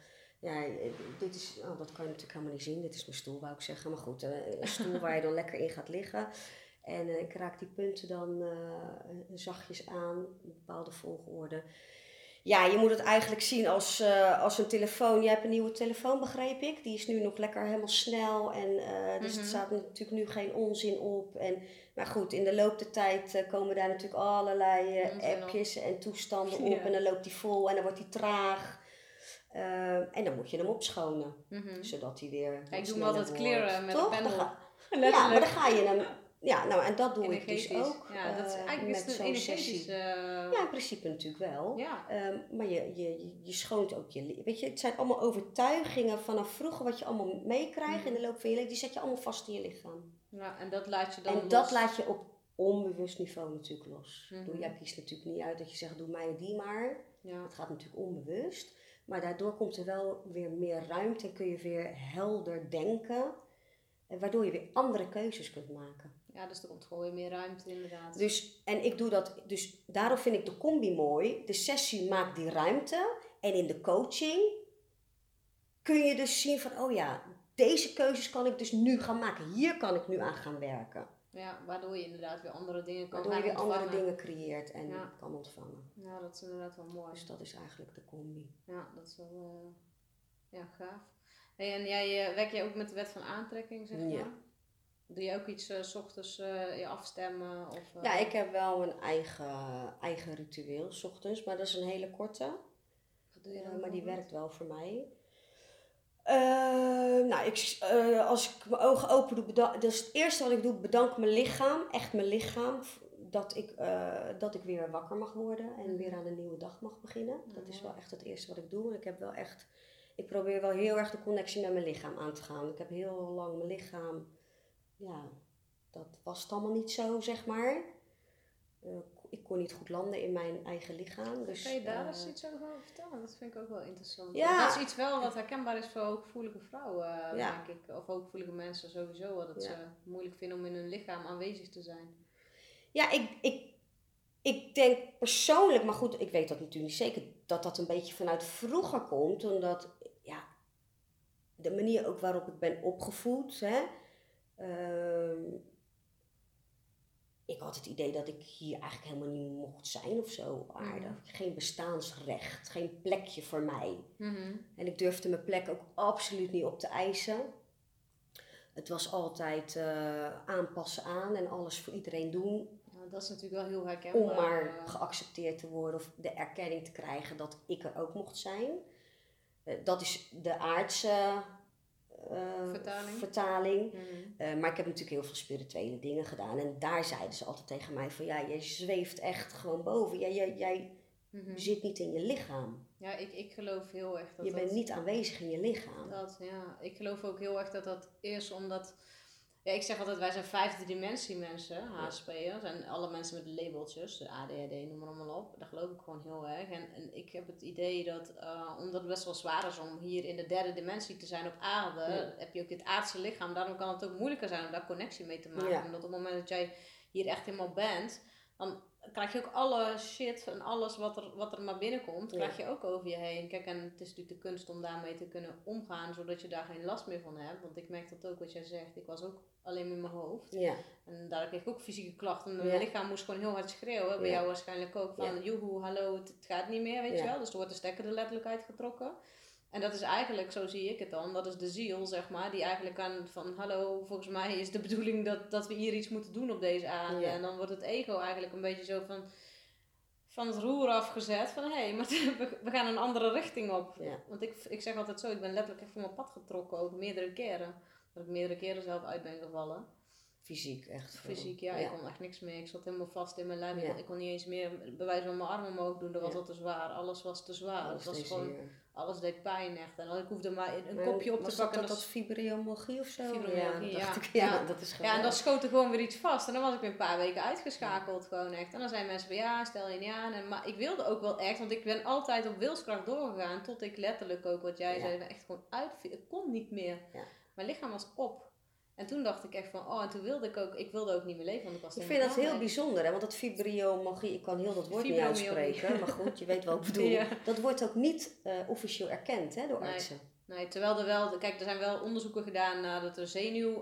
Dit is, dat kan je natuurlijk helemaal niet zien. Dit is mijn stoel, wou ik zeggen. Maar goed, een stoel waar je dan lekker in gaat liggen. En ik raak die punten dan zachtjes aan, in een bepaalde volgorde. Ja, je moet het eigenlijk zien als een telefoon. Je hebt een nieuwe telefoon, begreep ik. Die is nu nog lekker helemaal snel. En dus er staat natuurlijk nu geen onzin op. Maar goed, in de loop der tijd komen daar natuurlijk allerlei appjes en toestanden op. En dan loopt die vol en dan wordt die traag. En dan moet je hem opschonen. Zodat hij weer ik doe hem altijd clearen met een pendel. Ja, maar dan ga je hem... Ja, nou en dat doe ik dus ook. Ja, dat is eigenlijk met zo'n sessie. Ja, in principe natuurlijk wel. Ja. Maar je schoont ook je... Weet je, het zijn allemaal overtuigingen vanaf vroeger wat je allemaal meekrijgt in de loop van je leven. Die zet je allemaal vast in je lichaam. Ja, en dat laat je dan los. Dat laat je op onbewust niveau natuurlijk los. Jij kiest natuurlijk niet uit dat je zegt, doe mij die maar. Ja. Het gaat natuurlijk onbewust. Maar daardoor komt er wel weer meer ruimte en kun je weer helder denken. Waardoor je weer andere keuzes kunt maken. Ja, dus er komt gewoon weer meer ruimte inderdaad. En ik doe dat, dus daarom vind ik de combi mooi. De sessie maakt die ruimte. En in de coaching kun je dus zien van, deze keuzes kan ik dus nu gaan maken. Hier kan ik nu aan gaan werken. Ja, waardoor je inderdaad weer andere dingen kan waardoor je weer andere dingen creëert en kan ontvangen. Ja, dat is inderdaad wel mooi. Dus dat is eigenlijk de combi. Ja, dat is wel gaaf. Hey, en werk jij ook met de wet van aantrekking, zeg maar? Ja. Doe je ook iets 's ochtends je afstemmen? Of, Ja, ik heb wel een eigen ritueel 's ochtends, maar dat is een hele korte. Wat doe je dan? Maar die werkt wel voor mij. Als ik mijn ogen open doe, dat is het eerste wat ik doe, bedank mijn lichaam, echt mijn lichaam, dat ik weer wakker mag worden en weer aan een nieuwe dag mag beginnen. Dat is wel echt het eerste wat ik doe. Ik probeer wel heel erg de connectie met mijn lichaam aan te gaan. Ik heb heel lang mijn lichaam, dat was het allemaal niet zo, zeg maar. Ik kon niet goed landen in mijn eigen lichaam. Dus, kan je daar eens iets over vertellen? Dat vind ik ook wel interessant. Ja. Dat is iets wel wat herkenbaar is voor hooggevoelige vrouwen, denk ik. Of hooggevoelige mensen sowieso. Dat ze moeilijk vinden om in hun lichaam aanwezig te zijn. Ja, ik denk persoonlijk, maar goed, ik weet dat natuurlijk niet zeker, dat een beetje vanuit vroeger komt. Omdat, de manier ook waarop ik ben opgevoed, ik had het idee dat ik hier eigenlijk helemaal niet mocht zijn of zo. Geen bestaansrecht, geen plekje voor mij. En ik durfde mijn plek ook absoluut niet op te eisen. Het was altijd aanpassen aan en alles voor iedereen doen. Nou, dat is natuurlijk wel heel herkenbaar. Om maar geaccepteerd te worden of de erkenning te krijgen dat ik er ook mocht zijn. Dat is de aardse vertaling. Maar ik heb natuurlijk heel veel spirituele dingen gedaan. En daar zeiden ze altijd tegen mij van, ja, je zweeft echt gewoon boven. Jij zit niet in je lichaam. Ja, ik geloof heel erg dat je bent niet aanwezig in je lichaam. Ik geloof ook heel erg dat is omdat... Ja, ik zeg altijd, wij zijn 5e dimensie mensen, HSP'ers. En alle mensen met labeltjes, de ADHD, noem maar allemaal op. Daar geloof ik gewoon heel erg. En ik heb het idee dat, omdat het best wel zwaar is om hier in de 3e dimensie te zijn op aarde, heb je ook dit aardse lichaam. Daarom kan het ook moeilijker zijn om daar connectie mee te maken. Ja. Omdat op het moment dat jij hier echt helemaal bent, dan krijg je ook alle shit en alles wat er maar binnenkomt, krijg je ook over je heen. Kijk, en het is natuurlijk de kunst om daarmee te kunnen omgaan, zodat je daar geen last meer van hebt. Want ik merk dat ook wat jij zegt. Ik was ook alleen in mijn hoofd. Ja. En daar kreeg ik ook fysieke klachten. Mijn lichaam moest gewoon heel hard schreeuwen. Bij jou waarschijnlijk ook. Van joehoe, hallo, het gaat niet meer, weet je wel. Dus er wordt de stekker er letterlijk uitgetrokken. En dat is eigenlijk, zo zie ik het dan, dat is de ziel, zeg maar, die eigenlijk aan van, hallo, volgens mij is de bedoeling dat we hier iets moeten doen op deze aarde. Ja. En dan wordt het ego eigenlijk een beetje zo van het roer afgezet, van hé, maar we gaan een andere richting op. Ja. Want ik zeg altijd zo, ik ben letterlijk echt van mijn pad getrokken, ook meerdere keren. Dat ik meerdere keren zelf uit ben gevallen. Fysiek, echt. Fysiek, ja. Ik kon echt niks meer. Ik zat helemaal vast in mijn lijf. Ja. Ik kon niet eens meer bij wijze van mijn armen omhoog doen. Dat was al te zwaar. Alles was te zwaar. Het was gewoon, alles deed pijn echt. En ik hoefde maar een kopje op te pakken. Was dat fibromyalgie of zo? Fibromyalgie, dat is gewoon... Ja, en dan schoot er gewoon weer iets vast. En dan was ik weer een paar weken uitgeschakeld gewoon echt. En dan zijn mensen van ja, stel je niet aan. Maar ik wilde ook wel echt, want ik ben altijd op wilskracht doorgegaan. Tot ik letterlijk ook, wat jij zei, echt gewoon uitviel. Ik kon niet meer. Ja. Mijn lichaam was op. En toen dacht ik echt van, en toen wilde ook niet meer leven, want ik was Ik vind dat heel bijzonder, hè? Want dat fibromyalgie, ik kan heel dat woord niet uitspreken, maar goed, je weet wat ik bedoel. Ja. Dat wordt ook niet officieel erkend, hè, door artsen. Nee, terwijl er zijn wel onderzoeken gedaan naar dat er zenuw,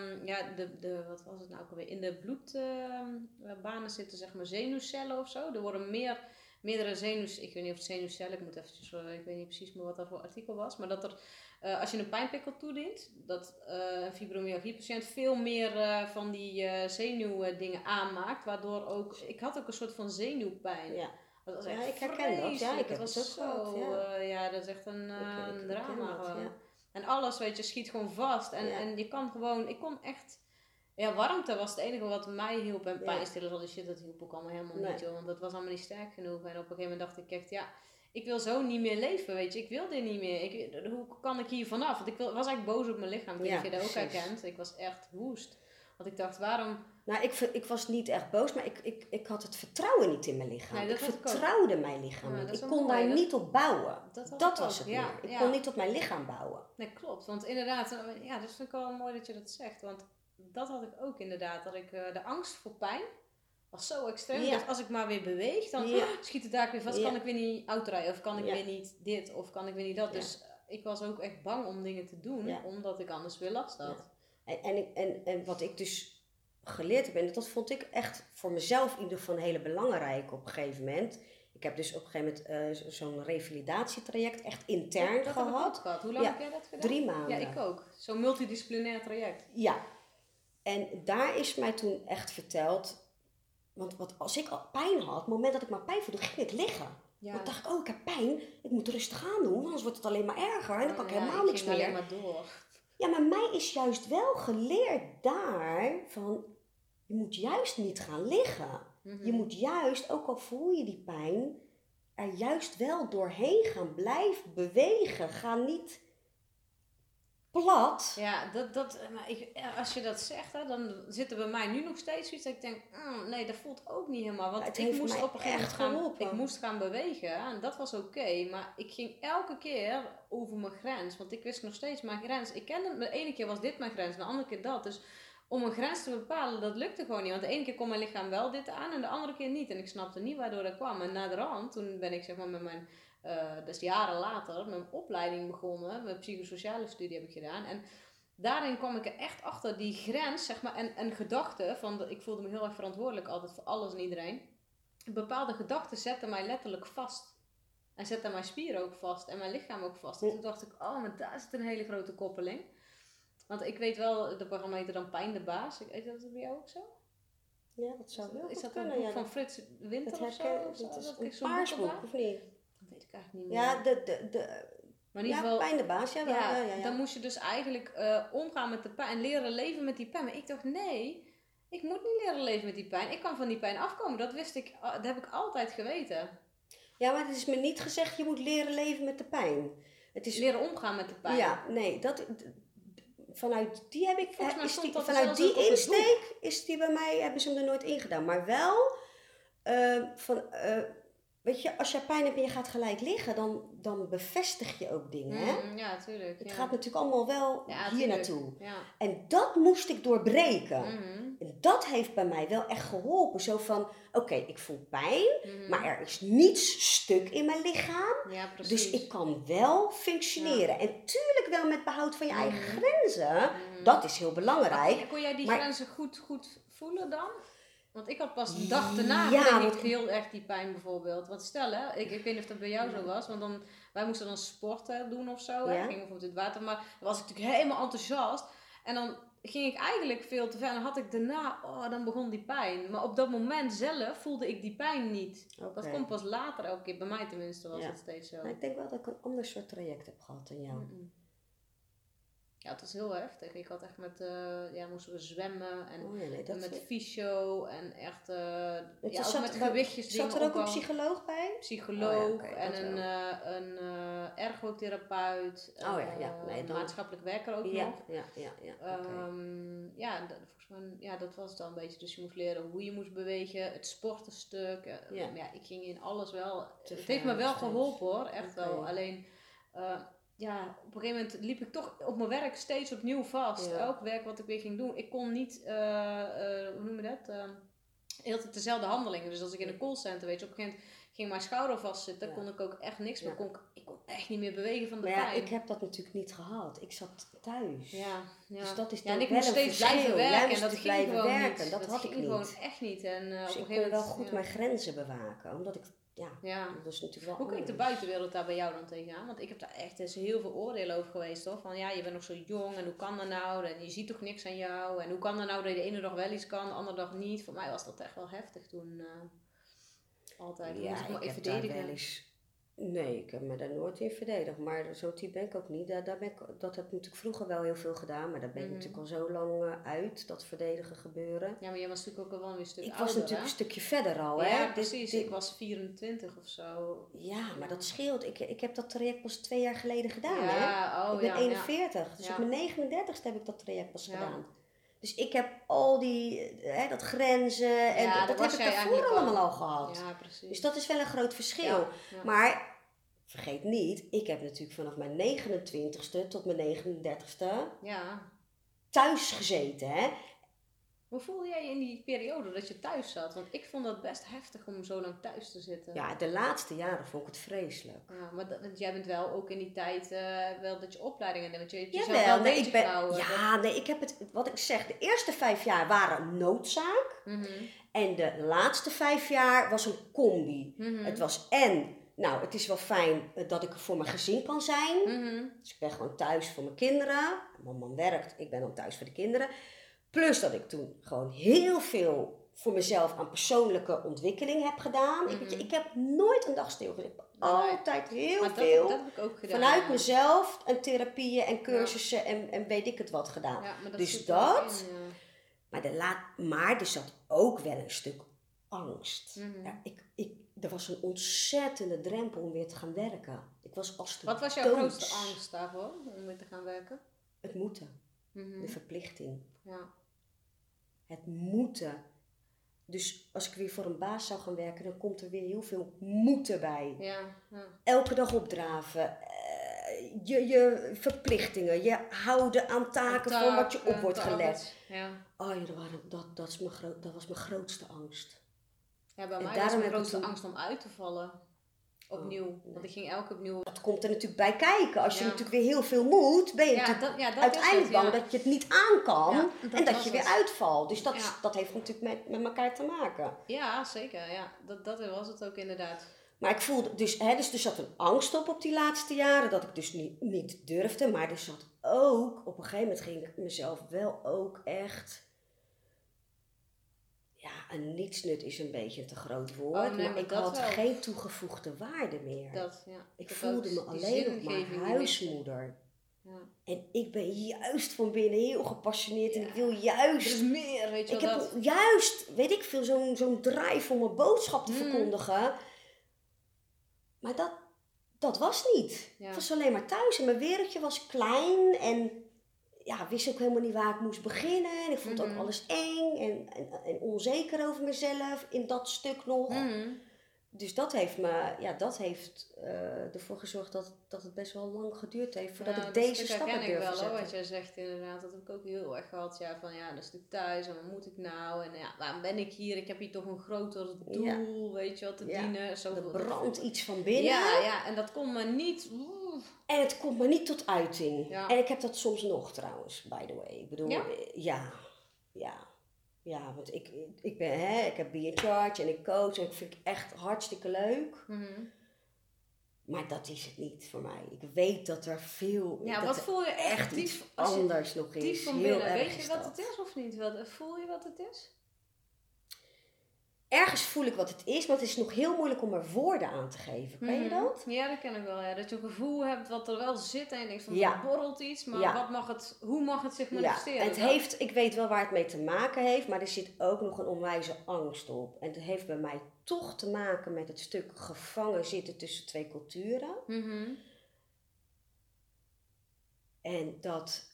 wat was het nou ook alweer, in de bloedbanen zitten zeg maar zenuwcellen of zo. Er worden meerdere ik weet niet of het zenuwcellen, ik weet niet precies meer wat dat voor artikel was, maar dat er, als je een pijnprikkel toedient, dat een fibromyalgie-patiënt veel meer van die zenuwdingen aanmaakt, waardoor ook, ik had ook een soort van zenuwpijn. Ja. Dat was echt ik herken dat. Ja, ik heb het ook gehad. Ja, dat is echt een drama gewoon. Ja. En alles, weet je, schiet gewoon vast. En je kan gewoon, ik kon echt... Ja, warmte was het enige wat mij hielp. En pijnstillers, al die shit, dat hielp ook allemaal helemaal niet, joh. Want dat was allemaal niet sterk genoeg. En op een gegeven moment dacht ik echt, ik wil zo niet meer leven, weet je. Ik wil dit niet meer. Hoe kan ik hier vanaf? Want was eigenlijk boos op mijn lichaam. Toen je dat ook herkent. Ik was echt woest. Want ik dacht, waarom... Nou, ik was niet echt boos, maar ik had het vertrouwen niet in mijn lichaam. Nee, ik vertrouwde mijn lichaam niet. Ik kon daar niet op bouwen. Dat was het meer. Ik kon niet op mijn lichaam bouwen. Nee, klopt. Want inderdaad, dat vind ik wel mooi dat je dat zegt. Want dat had ik ook inderdaad. Dat ik de angst voor pijn was zo extreem. Dat als ik maar weer beweeg, dan schiet het daar weer vast. Kan ik weer niet autorijden of kan ik weer niet dit of kan ik weer niet dat. Dus ik was ook echt bang om dingen te doen, omdat ik anders weer last had. En wat ik dus geleerd heb, en dat vond ik echt voor mezelf in ieder geval een hele belangrijke op een gegeven moment. Ik heb dus op een gegeven moment zo'n revalidatietraject echt intern gehad. Hoe lang heb jij dat gedaan? 3 maanden. Ja, ik ook. Zo'n multidisciplinair traject. Ja. En daar is mij toen echt verteld, want als ik al pijn had, op het moment dat ik maar pijn voelde, ging ik liggen. Ja. Dan dacht ik, ik heb pijn, ik moet rustig aan doen, anders wordt het alleen maar erger en dan kan ik helemaal niks meer. Alleen maar door. Ja, maar mij is juist wel geleerd daar van, je moet juist niet gaan liggen. Mm-hmm. Je moet juist, ook al voel je die pijn, er juist wel doorheen gaan. Blijf bewegen. Ga niet plat. Ja, als je dat zegt, dan zit er bij mij nu nog steeds zoiets dat ik denk, nee, dat voelt ook niet helemaal. Want ik moest op een gegeven moment ik moest gaan bewegen en dat was oké. Maar ik ging elke keer over mijn grens, want ik wist nog steeds mijn grens. Ik kende de ene keer was dit mijn grens, de andere keer dat. Dus om een grens te bepalen, dat lukte gewoon niet. Want de ene keer kon mijn lichaam wel dit aan en de andere keer niet. En ik snapte niet waardoor dat kwam. En naderhand, toen ben ik zeg maar met mijn... dus jaren later, mijn opleiding begonnen. Mijn psychosociale studie heb ik gedaan. En daarin kwam ik er echt achter die grens, zeg maar, en gedachten. Ik voelde me heel erg verantwoordelijk altijd voor alles en iedereen. Bepaalde gedachten zetten mij letterlijk vast. En zetten mijn spieren ook vast. En mijn lichaam ook vast. En toen dacht ik, maar daar zit een hele grote koppeling. Want ik weet wel, de programma heette dan Pijn de Baas. Is dat bij jou ook zo? Ja, dat zou wel Is dat kunnen. Een boek van Frits Winter of zo? Dat is een paarsboek, of niet? Dat weet ik eigenlijk niet meer. Ja, maar in ieder geval, Pijn de Baas, ja. Dan moest je dus eigenlijk omgaan met de pijn en leren leven met die pijn. Maar ik dacht, nee, ik moet niet leren leven met die pijn. Ik kan van die pijn afkomen. Dat wist ik, dat heb ik altijd geweten. Ja, maar het is me niet gezegd, je moet leren leven met de pijn. Het is leren omgaan met de pijn. Ja, nee, vanuit die heb ik, vanuit die insteek is die bij mij, hebben ze hem er nooit ingedaan. Maar wel, weet je, als je pijn hebt en je gaat gelijk liggen, dan bevestig je ook dingen, hè? Ja, tuurlijk. Het gaat natuurlijk allemaal wel hier naartoe. Ja. En dat moest ik doorbreken. En dat heeft bij mij wel echt geholpen. Zo van, oké, ik voel pijn, maar er is niets stuk in mijn lichaam. Ja, precies. Dus ik kan wel functioneren. En tuurlijk wel met behoud van je eigen grenzen. Dat is heel belangrijk. Maar kon jij die grenzen goed voelen dan? Want ik had pas een dag daarna kreeg ik heel erg die pijn bijvoorbeeld. Want stel hè, ik weet niet of dat bij jou zo was. Want wij moesten dan sporten doen of zo. Hè? Gingen bijvoorbeeld in het water. Maar dan was ik natuurlijk helemaal enthousiast. En dan ging ik eigenlijk veel te ver. En dan had ik daarna, dan begon die pijn. Maar op dat moment zelf voelde ik die pijn niet. Okay. Dat komt pas later elke keer. Bij mij tenminste was het steeds zo. Nou, ik denk wel dat ik een ander soort traject heb gehad dan jou. Ja, het was heel heftig. Ik had echt moesten we zwemmen en met fysio en echt ook met gewichtjes. Zat er ook een psycholoog bij? Psycholoog en een ergotherapeut, een maatschappelijk werker ook nog. Volgens mij, dat was het dan een beetje. Dus je moest leren hoe je moest bewegen, het sportenstuk. Ik ging in alles wel. Het heeft me wel geholpen hoor, echt wel. Alleen... op een gegeven moment liep ik toch op mijn werk steeds opnieuw vast. Elk werk wat ik weer ging doen. Ik kon niet, hoe noem je dat? Heel dezelfde handelingen. Dus als ik in een callcenter, weet je, op een gegeven moment ging mijn schouder vastzitten. Kon ik ook echt niks meer. Ik kon echt niet meer bewegen van de pijn. Maar ik heb dat natuurlijk niet gehad. Ik zat thuis. Dus dat is en ik moest steeds blijven werken. En dat ging gewoon niet. Dat had ik niet. Gewoon echt niet. En dus ik kon wel goed mijn grenzen bewaken. Omdat ik... dat is natuurlijk wel hoe kijkt de buitenwereld daar bij jou dan tegenaan? Want ik heb daar echt heel veel oordelen over geweest hoor. Van je bent nog zo jong en hoe kan dat nou? En je ziet toch niks aan jou? En hoe kan dat nou dat je de ene dag wel iets kan, de andere dag niet? Voor mij was dat echt wel heftig toen. Altijd. Ja, ik heb daar wel eens... Nee, ik heb me daar nooit in verdedigd. Maar zo'n type ben ik ook niet. Dat heb ik natuurlijk vroeger wel heel veel gedaan. Maar daar ben ik natuurlijk al zo lang uit, dat verdedigen gebeuren. Ja, maar jij was natuurlijk ook al wel een stuk ouder, was natuurlijk een stukje verder al, hè? Ja, precies. Ik was 24 of zo. Ja, maar dat scheelt. Ik heb dat traject pas 2 jaar geleden gedaan, hè? Ik ben 41. Dus op mijn 39ste heb ik dat traject pas gedaan. Dus ik heb al dat grenzen en dat heb ik daarvoor allemaal al gehad. Ja, precies. Dus dat is wel een groot verschil. Ja. Maar vergeet niet, ik heb natuurlijk vanaf mijn 29ste tot mijn 39ste thuis gezeten. Hè? Hoe voelde jij je in die periode dat je thuis zat? Want ik vond dat best heftig om zo lang thuis te zitten. Ja, de laatste jaren vond ik het vreselijk. Ja, maar jij bent wel ook in die tijd wel dat je opleidingen deed. Want je hebt jezelf wel bezig gehouden. Ja, nee, ik heb het, wat ik zeg, de eerste 5 jaar waren noodzaak. En de laatste 5 jaar was een combi. Het was het is wel fijn dat ik voor mijn gezin kan zijn. Dus ik ben gewoon thuis voor mijn kinderen. Mijn man werkt, ik ben dan thuis voor de kinderen. Plus dat ik toen gewoon heel veel voor mezelf aan persoonlijke ontwikkeling heb gedaan. Ik heb nooit een dag stilgezet. Altijd heel veel. Dat heb ik ook gedaan. Vanuit mezelf en therapieën en cursussen en weet ik het wat gedaan. Ja, maar dus dat. Maar er zat ook wel een stuk angst. Er was een ontzettende drempel om weer te gaan werken. Ik was als de Wat was jouw grootste angst daarvoor om weer te gaan werken? Het moeten. De verplichting. Ja. Het moeten. Dus als ik weer voor een baas zou gaan werken, dan komt er weer heel veel moeten bij. Ja. Elke dag opdraven. Je verplichtingen. Je houden aan taken van wat je op wordt gelegd. Dat was mijn grootste angst. Ja, bij mij was mijn grootste angst om uit te vallen. Opnieuw. Want ik ging elke opnieuw. Dat komt er natuurlijk bij kijken. Als je natuurlijk weer heel veel moet, ben je uiteindelijk bang dat je het niet aan kan. En dat je weer uitvalt. Dus dat heeft natuurlijk met elkaar te maken. Ja, zeker. Ja. Dat was het ook inderdaad. Maar ik voelde dus er zat een angst op die laatste jaren. Dat ik dus niet durfde. Maar er zat ook, op een gegeven moment ging ik mezelf wel ook echt... Ja, een nietsnut is een beetje een te groot woord. Maar ik had geen toegevoegde waarde meer. Ik voelde me alleen nog maar huismoeder. Ja. En ik ben juist van binnen heel gepassioneerd en ik wil juist... Er is meer, weet je wel. Ik heb juist, weet ik veel, zo'n drive om mijn boodschap te verkondigen. Maar dat was niet. Het was alleen maar thuis en mijn wereldje was klein en ja, wist ook helemaal niet waar ik moest beginnen. En ik vond ook alles eng en onzeker over mezelf in dat stuk nog. Dus dat heeft ervoor gezorgd dat het best wel lang geduurd heeft voordat ik deze stappen durfde zetten. Dat wel, wat jij zegt inderdaad. Dat heb ik ook heel erg gehad. Ja, van dat stuk thuis en wat moet ik nou? En waarom ben ik hier? Ik heb hier toch een groter doel, weet je wat, te dienen. Er brandt iets van binnen. Ja, en dat komt me niet... En het komt me niet tot uiting. Ja. En ik heb dat soms nog trouwens, by the way. Ik bedoel, ja, want ik heb Be in Charge en ik coach en ik vind het echt hartstikke leuk. Maar dat is het niet voor mij. Ik weet dat er veel... Ja, wat voel je echt iets anders nog is. Diep van binnen. Weet je wat het is of niet? Voel je wat het is? Ergens voel ik wat het is, maar het is nog heel moeilijk om er woorden aan te geven. Ken je dat? Ja, dat ken ik wel. Ja. Dat je een gevoel hebt wat er wel zit en je denkt van er borrelt iets, maar hoe mag het zich manifesteren? Ja, ik weet wel waar het mee te maken heeft, maar er zit ook nog een onwijze angst op. En het heeft bij mij toch te maken met het stuk gevangen zitten tussen twee culturen. En dat...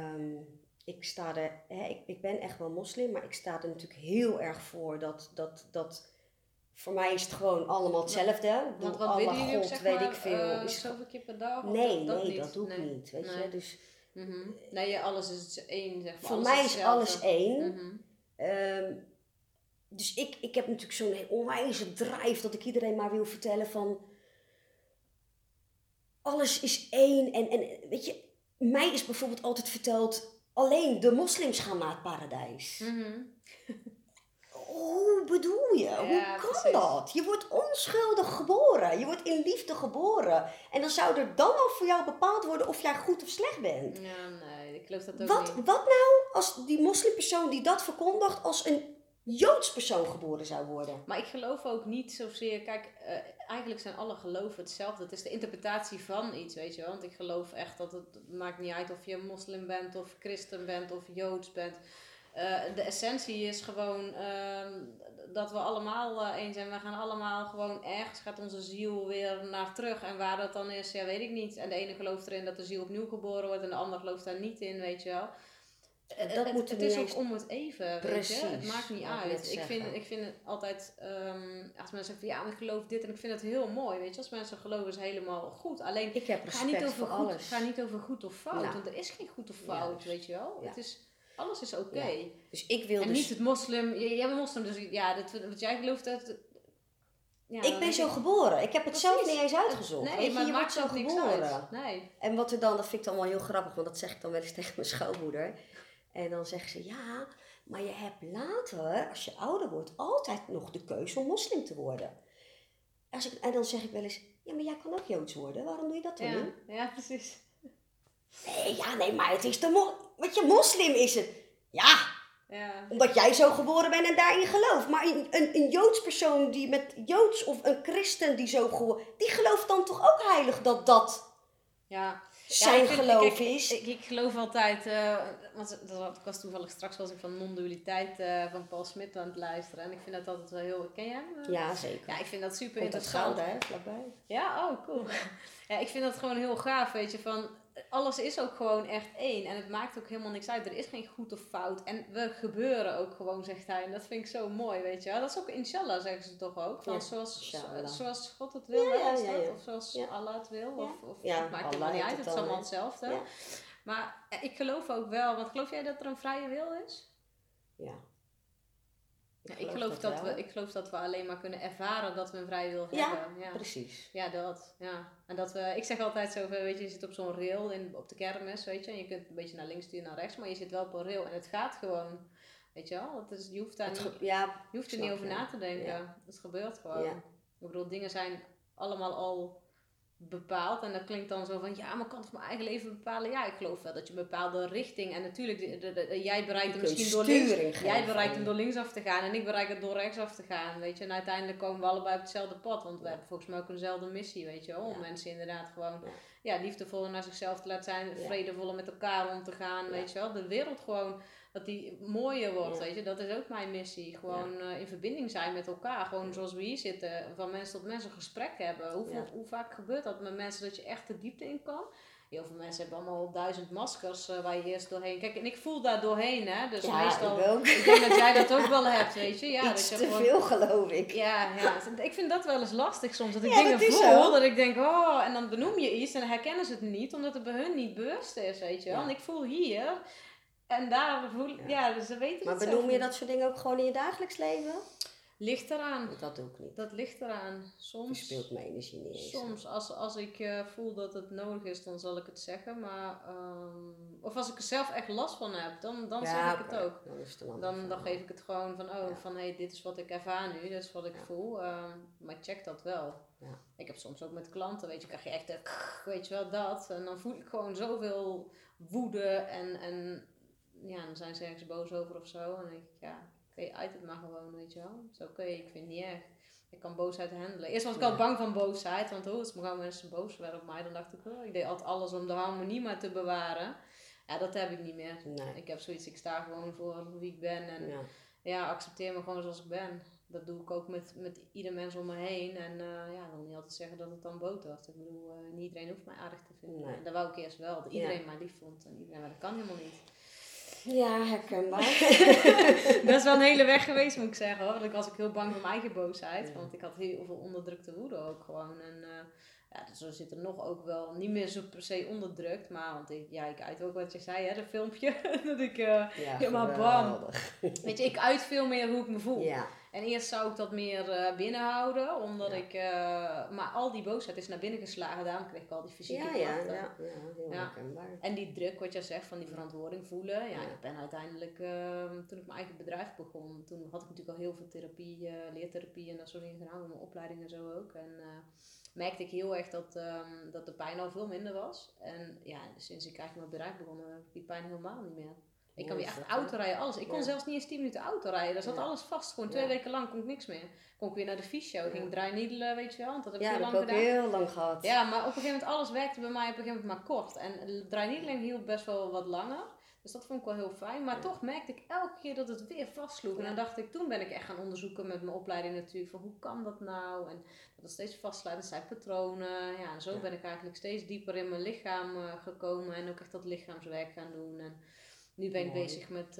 ik ben echt wel moslim, maar ik sta er natuurlijk heel erg voor dat voor mij is het gewoon allemaal hetzelfde. Want wat bidden jullie op, weet ik veel. Zoveel keer per dag? Nee, dat doe ik niet, weet je. Dus, nee, alles is één, zeg maar. Voor mij is alles één. Dus ik heb natuurlijk zo'n onwijze drive dat ik iedereen maar wil vertellen van alles is één. En weet je, mij is bijvoorbeeld altijd verteld... Alleen de moslims gaan naar het paradijs. Hoe bedoel je? Hoe kan precies. Dat? Je wordt onschuldig geboren. Je wordt in liefde geboren. En dan zou er dan al voor jou bepaald worden of jij goed of slecht bent. Ja, nee, ik geloof dat ook niet. Wat nou als die moslimpersoon die dat verkondigt als een Joods persoon geboren zou worden? Maar ik geloof ook niet zozeer... Kijk, eigenlijk zijn alle geloven hetzelfde. Het is de interpretatie van iets, weet je wel. Want ik geloof echt dat het maakt niet uit of je moslim bent of christen bent of Joods bent. De essentie is gewoon dat we allemaal één zijn. We gaan allemaal gewoon ergens gaat onze ziel weer naar terug. En waar dat dan is, weet ik niet. En de ene gelooft erin dat de ziel opnieuw geboren wordt en de ander gelooft daar niet in, weet je wel. Het is ook om het even, weet je. Het maakt niet uit. Ik vind het altijd, als mensen zeggen van maar ik geloof dit en ik vind het heel mooi, weet je. Als mensen geloven is helemaal goed. Alleen, ik heb respect voor alles. Ga niet over goed of fout, want er is geen goed of fout, weet je wel. Ja. Alles is oké. Ja. Dus ik wil en niet het moslim, jij bent moslim, dus wat jij gelooft, dat... Ja, ik ben zo geboren. Ik heb het zelf niet eens uitgezocht. Nee, maar je wordt zo geboren. Nee. En wat er dan, dat vind ik dan wel heel grappig, want dat zeg ik dan wel eens tegen mijn schoonmoeder. En dan zegt ze, ja, maar je hebt later, als je ouder wordt, altijd nog de keuze om moslim te worden. En dan zeg ik wel eens, ja, maar jij kan ook Joods worden. Waarom doe je dat dan niet? Ja, precies. Nee, maar het is wat je moslim is het. Ja, omdat jij zo geboren bent en daarin gelooft. Maar een Joods persoon die met Joods of een christen die zo geboren, die gelooft dan toch ook heilig dat zijn geloof is. Ik geloof altijd, want ik was toevallig straks was ik van non-dualiteit van Paul Smit aan het luisteren. En ik vind dat altijd wel heel... Ken jij hem? Ja, zeker. Ja, ik vind dat super interessant. Hè, vlakbij. Ja, oh cool. Ja, ik vind dat gewoon heel gaaf, weet je, van... Alles is ook gewoon echt één. En het maakt ook helemaal niks uit. Er is geen goed of fout. En we gebeuren ook gewoon, zegt hij. En dat vind ik zo mooi, weet je wel. Dat is ook inshallah, zeggen ze toch ook. Van zoals God het wil, of zoals Allah het wil. Of het maakt helemaal niet uit. Het is allemaal hetzelfde. Ja. Maar ik geloof ook wel. Want geloof jij dat er een vrije wil is? Ja. Ik geloof dat we alleen maar kunnen ervaren dat we een vrije wil hebben. Ja, precies. Ja, dat. Ja. En dat ik zeg altijd zo, weet je zit op zo'n rail op de kermis, weet je. En je kunt een beetje naar links sturen, naar rechts, maar je zit wel op een rail. En het gaat gewoon, weet je wel. Je hoeft daar je hoeft er niet over na te denken. Ja. Het gebeurt gewoon. Ja. Ik bedoel, dingen zijn allemaal al bepaalt. En dat klinkt dan zo van, ja, maar ik kan toch mijn eigen leven bepalen? Ja, ik geloof wel dat je een bepaalde richting... En natuurlijk, jij bereikt hem misschien door links... Jij bereikt hem door linksaf te gaan en ik bereik het door rechtsaf te gaan, weet je. En uiteindelijk komen we allebei op hetzelfde pad. Want we hebben volgens mij ook eenzelfde missie, weet je wel. Om mensen inderdaad gewoon liefdevoller naar zichzelf te laten zijn. Vredevoller met elkaar om te gaan, weet je wel. De wereld gewoon... Dat die mooier wordt, weet je. Dat is ook mijn missie. Gewoon in verbinding zijn met elkaar. Gewoon zoals we hier zitten. Van mens tot mens een gesprek hebben. Hoe vaak gebeurt dat met mensen dat je echt de diepte in kan? Heel veel mensen hebben allemaal 1000 maskers waar je eerst doorheen... Kijk, en ik voel daar doorheen, hè. Dus meestal... Ik denk dat jij dat ook wel hebt, weet je. Ja, iets dat je te veel, geloof ik. Ja. Ik vind dat wel eens lastig soms. Dat ik dingen voel, dat ik denk, en dan benoem je iets en dan herkennen ze het niet. Omdat het bij hun niet bewust is, weet je wel. En ik voel hier... En daar voel ik, dus ze weten maar het benoem je dat soort dingen ook gewoon in je dagelijks leven? Ligt eraan. Dat ook niet. Dat ligt eraan. Soms. Je speelt mijn energie niet eens. Soms, als ik voel dat het nodig is, dan zal ik het zeggen. Maar, of als ik er zelf echt last van heb, dan zeg ik het ook. Dan geef ik het gewoon van, hey, dit is wat ik ervaar nu, dit is wat ik voel. Maar check dat wel. Ja. Ik heb soms ook met klanten, weet je, krijg je echt weet je wel, dat. En dan voel ik gewoon zoveel woede en dan zijn ze ergens boos over of zo. En dan denk ik, oké, uit het maar gewoon, weet je wel. Het is oké, ik vind het niet erg. Ik kan boosheid handelen. Eerst was ik al bang van boosheid, want het is maar gauw mensen boos werden op mij. Dan dacht ik, ik deed altijd alles om de harmonie maar te bewaren. Ja, dat heb ik niet meer. Nee. Ik heb zoiets, ik sta gewoon voor wie ik ben. En accepteer me gewoon zoals ik ben. Dat doe ik ook met ieder mens om me heen. En dat wil niet altijd zeggen dat het dan botert. Ik bedoel, niet iedereen hoeft mij aardig te vinden. Nee. En dat wou ik eerst wel, dat iedereen mij lief vond. En iedereen, maar dat kan helemaal niet. Ja, herkenbaar. Dat is wel een hele weg geweest, moet ik zeggen, hoor. Want ik was ook heel bang voor mijn eigen boosheid. Want ik had heel veel onderdrukte woede ook gewoon. En dus zo zit er nog ook wel niet meer zo per se onderdrukt. Maar, want ik uit ook wat je zei, hè, dat filmpje. Dat ik helemaal bam. Weet je, ik uit veel meer hoe ik me voel. Ja. En eerst zou ik dat meer binnenhouden, omdat ik... maar al die boosheid is naar binnen geslagen, daarom kreeg ik al die fysieke klachten. Ja, heel herkenbaar. En die druk, wat jij zegt, van die verantwoording voelen. Ja, ik ben uiteindelijk, toen ik mijn eigen bedrijf begon, toen had ik natuurlijk al heel veel therapie, leertherapie en dat soort dingen gedaan, mijn opleiding en zo ook. En merkte ik heel erg dat de pijn al veel minder was. En sinds ik eigenlijk mijn bedrijf begon, heb ik die pijn helemaal niet meer. Ik kan weer echt autorijden, alles. Ik kon zelfs niet eens 10 minuten autorijden. Daar zat alles vast. Gewoon 2 weken lang kon ik niks meer. Kon ik weer naar de fysio. Ging draaineedelen, weet je wel. Want dat heb ik heel lang gedaan. Ja, dat heb ik heel lang gehad. Ja, maar op een gegeven moment, alles werkte bij mij op een gegeven moment maar kort. En draainedeling hield best wel wat langer. Dus dat vond ik wel heel fijn. Maar toch merkte ik elke keer dat het weer vastsloeg. En dan dacht ik, toen ben ik echt gaan onderzoeken met mijn opleiding natuurlijk. Van hoe kan dat nou? En dat het steeds vastsluit. Dat zijn patronen. Ja, en zo ben ik eigenlijk steeds dieper in mijn lichaam gekomen. En ook echt dat lichaamswerk gaan doen. En nu ben ik bezig met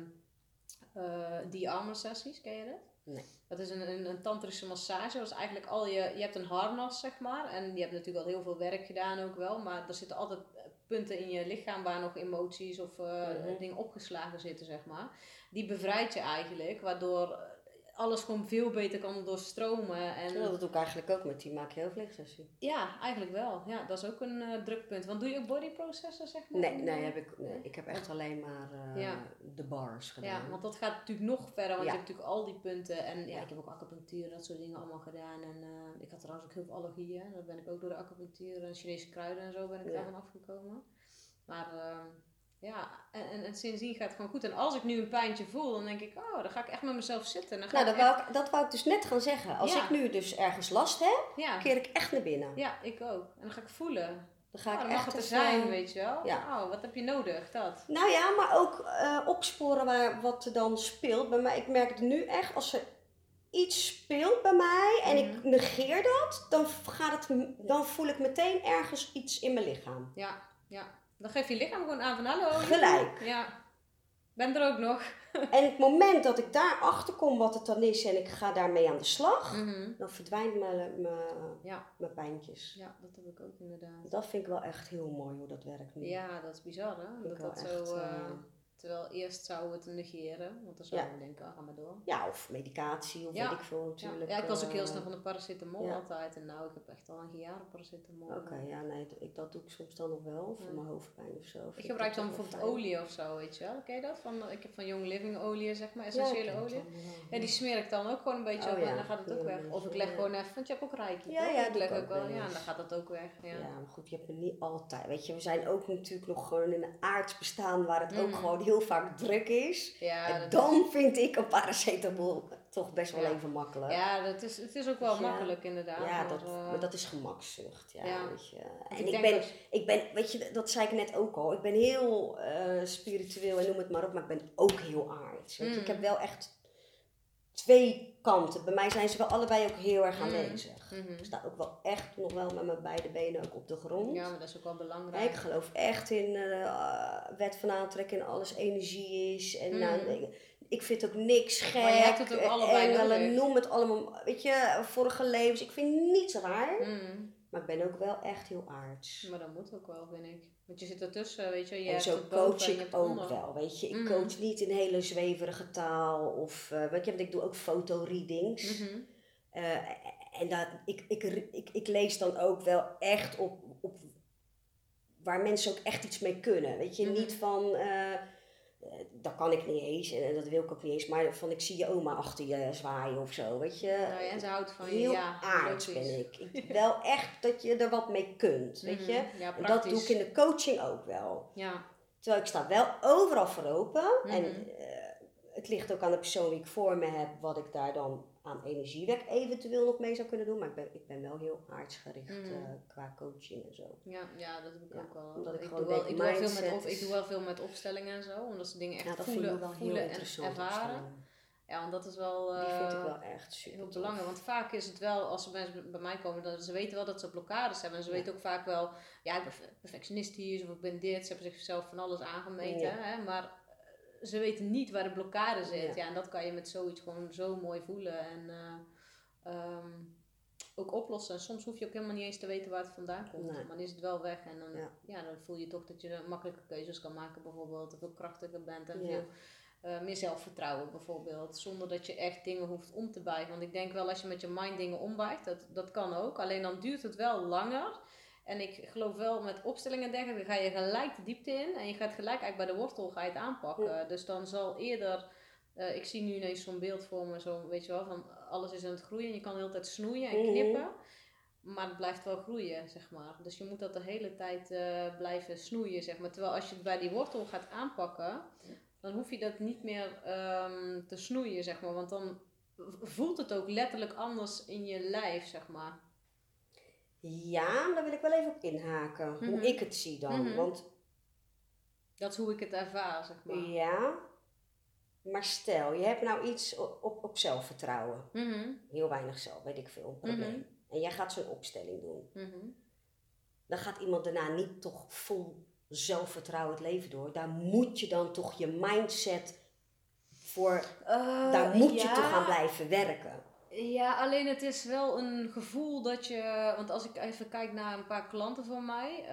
die armor sessies, ken je dat? Nee. Dat is een tantrische massage. Dat is eigenlijk je hebt een harnas, zeg maar. En je hebt natuurlijk al heel veel werk gedaan ook wel. Maar er zitten altijd punten in je lichaam waar nog emoties of dingen opgeslagen zitten, zeg maar. Die bevrijdt je eigenlijk, waardoor alles gewoon veel beter kan doorstromen. En dat doe ik eigenlijk ook met die maak-je-heel-vlieg-sessie. Ja, eigenlijk wel. Ja, dat is ook een drukpunt. Want doe je ook body processor, zeg maar? Nee, ik heb echt alleen maar de bars gedaan. Ja, want dat gaat natuurlijk nog verder, want je hebt natuurlijk al die punten. En ik heb ook acupunctuur en dat soort dingen allemaal gedaan. En ik had trouwens ook heel veel allergieën. Dat ben ik ook door de acupunctuur en Chinese kruiden en zo ben ik daarvan afgekomen. Maar en sindsdien gaat het gewoon goed. En als ik nu een pijntje voel, dan denk ik, dan ga ik echt met mezelf zitten. Dan dat wou ik dus net gaan zeggen. Als ik nu dus ergens last heb, keer ik echt naar binnen. Ja, ik ook. En dan ga ik voelen. Dan ga ik dan echt mag het er zijn, weet je wel. Ja. Wat heb je nodig? Dat. Nou ja, maar ook opsporen wat er dan speelt. Bij mij, ik merk het nu echt, als er iets speelt bij mij en ik negeer dat, dan voel ik meteen ergens iets in mijn lichaam. Ja. Dan geef je lichaam gewoon aan van hallo. Gelijk. Ja. Ben er ook nog. En het moment dat ik daarachter kom wat het dan is en ik ga daarmee aan de slag, dan verdwijnt mijn pijntjes. Ja, dat heb ik ook inderdaad. Dat vind ik wel echt heel mooi hoe dat werkt nu. Ja, dat is bizar hè. Terwijl eerst zouden we het negeren. Want dan zouden we denken, ga maar door. Ja, of medicatie, of weet ik veel natuurlijk. Ja, ik was ook heel snel van de paracetamol altijd. En nou, ik heb echt al een jaren paracetamol. Oké, nee, dat doe ik soms dan nog wel. Voor mijn hoofdpijn of zo. Ik gebruik dan bijvoorbeeld olie of zo, weet je wel. Ken je dat? Ik heb van Young Living olie, zeg maar, essentiële olie. Ja, die smeer ik dan ook gewoon een beetje op en dan gaat het ook weg. Of ik leg gewoon even, want je hebt ook Reiki. Ja, ik leg ook wel. Ja, en dan gaat dat ook weg. Ja, maar goed, je hebt het niet altijd. Weet je, we zijn ook natuurlijk nog gewoon in een aards bestaan waar het ook gewoon heel vaak druk is. Ja, en dan vind ik een paracetamol toch best wel even makkelijk. Ja, het is ook wel makkelijk inderdaad. Ja, maar dat is gemakzucht. Ja, weet je. En ik ben, weet je, dat zei ik net ook al. Ik ben heel spiritueel en noem het maar op, maar ik ben ook heel aards. Weet je. Ik heb wel echt 2 kanten. Bij mij zijn ze wel allebei ook heel erg aanwezig. Ik sta ook wel echt nog wel met mijn beide benen ook op de grond. Ja, maar dat is ook wel belangrijk. Ik geloof echt in wet van aantrekking en alles energie is. En ik vind ook niks gek. Maar je hebt het ook allebei nodig. Noem het allemaal, weet je, vorige levens. Ik vind niets raar. Maar ik ben ook wel echt heel aards. Maar dat moet ook wel, vind ik. Want je zit ertussen, weet je. En zo coach ik ook wel, weet je. Ik coach niet in hele zweverige taal. Of, weet je, want ik doe ook fotoreadings. En ik lees dan ook wel echt op waar mensen ook echt iets mee kunnen. Weet je, niet van... dat kan ik niet eens en dat wil ik ook niet eens. Maar van ik zie je oma achter je zwaaien of zo, weet je. Nou ja, en ze houdt van je, heel aards ben ik. Wel echt dat je er wat mee kunt, weet je. Ja, en dat doe ik in de coaching ook wel. Ja. Terwijl ik sta wel overal voor open. En het ligt ook aan de persoon die ik voor me heb, wat ik daar dan aan energiewerk eventueel nog mee zou kunnen doen. Maar ik ben wel heel aardsgericht qua coaching en zo. Ja, dat heb ik ook wel. Omdat Ik doe wel veel met opstellingen en zo. Omdat ze dingen echt voelen en ervaren. Ja, want dat is wel... die vind ik wel echt super heel belangrijk. Want vaak is het wel, als mensen bij mij komen, dat ze weten wel dat ze blokkades hebben. En ze weten ook vaak wel, ja, ik ben perfectionist hier, of ik ben dit. Ze hebben zichzelf van alles aangemeten. Hè? Maar ze weten niet waar de blokkade zit. Ja, en dat kan je met zoiets gewoon zo mooi voelen. En ook oplossen. En soms hoef je ook helemaal niet eens te weten waar het vandaan komt. Maar dan is het wel weg. En dan voel je toch dat je makkelijke keuzes kan maken bijvoorbeeld. Of veel krachtiger bent en veel... meer zelfvertrouwen bijvoorbeeld, zonder dat je echt dingen hoeft om te buigen. Want ik denk wel, als je met je mind dingen ombuigt, dat kan ook. Alleen dan duurt het wel langer. En ik geloof wel met opstellingen en dergelijke, dan ga je gelijk de diepte in. En je gaat gelijk eigenlijk bij de wortel ga je het aanpakken. Dus dan zal eerder, ik zie nu ineens zo'n beeld voor me, zo, weet je wel, van alles is aan het groeien. En je kan de hele tijd snoeien en knippen. Maar het blijft wel groeien, zeg maar. Dus je moet dat de hele tijd blijven snoeien, zeg maar. Terwijl als je het bij die wortel gaat aanpakken, dan hoef je dat niet meer te snoeien, zeg maar. Want dan voelt het ook letterlijk anders in je lijf, zeg maar. Ja, daar wil ik wel even op inhaken. Hoe ik het zie dan. Want dat is hoe ik het ervaar, zeg maar. Ja. Maar stel, je hebt nou iets op zelfvertrouwen. Heel weinig zelf, weet ik veel, een probleem. En jij gaat zo'n opstelling doen. Dan gaat iemand daarna niet toch vol zelfvertrouwen het leven door. Daar moet je dan toch je mindset voor... daar moet je toch aan blijven werken. Ja, alleen het is wel een gevoel dat je... Want als ik even kijk naar een paar klanten van mij...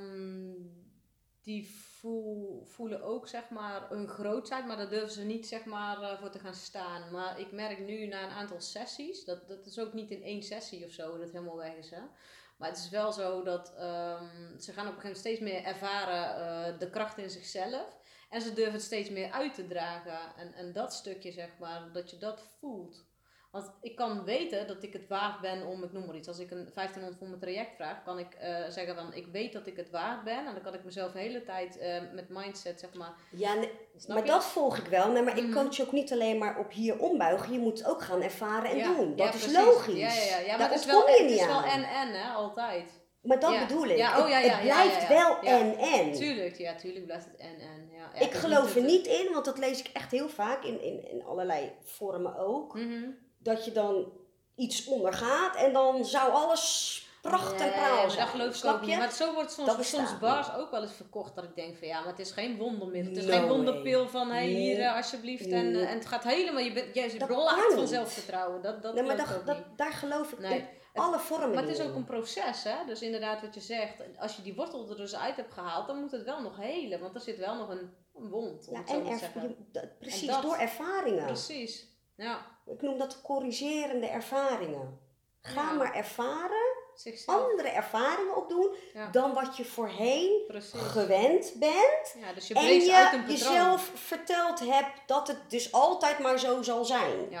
die voelen ook, zeg maar, hun grootheid. Maar daar durven ze niet, zeg maar, voor te gaan staan. Maar ik merk nu na een aantal sessies... Dat is ook niet in 1 sessie of zo dat het helemaal weg is, hè. Maar het is wel zo dat ze gaan op een gegeven moment steeds meer ervaren de kracht in zichzelf. En ze durven het steeds meer uit te dragen. En dat stukje, zeg maar, dat je dat voelt. Want ik kan weten dat ik het waard ben om, ik noem maar iets, als ik een 1500 voor mijn traject vraag, kan ik zeggen van, ik weet dat ik het waard ben. En dan kan ik mezelf de hele tijd met mindset, zeg maar... Ja, maar dat volg ik wel. Nee, maar ik coach je ook niet alleen maar op hier ombuigen. Je moet het ook gaan ervaren en doen. Dat is logisch. Ja, maar het is wel en, hè, altijd. Maar dat bedoel ik. Het blijft wel en. Tuurlijk blijft het en. Ja, ik geloof er niet in, want dat lees ik echt heel vaak in allerlei vormen ook. Dat je dan iets ondergaat en dan zou alles pracht en praal zijn. Dat geloof ik ook niet. Maar zo wordt soms bars ook wel eens verkocht dat ik denk van ja, maar het is geen wondermiddel. Het is geen wonderpil van hier alsjeblieft. En het gaat helemaal, je blaast van zelfvertrouwen. Dat maar daar geloof ik nee. Alle vormen. Maar het is ook een proces, hè? Dus inderdaad wat je zegt, als je die wortel er dus uit hebt gehaald, dan moet het wel nog helen. Want er zit wel nog een wond, om het zo te zeggen. Precies, door ervaringen. Precies, ja. Ik noem dat corrigerende ervaringen. Ga maar ervaren, zichzelf. andere ervaringen opdoen dan wat je voorheen gewend bent. Ja, dus je en uit een patroon. jezelf verteld hebt dat het dus altijd maar zo zal zijn.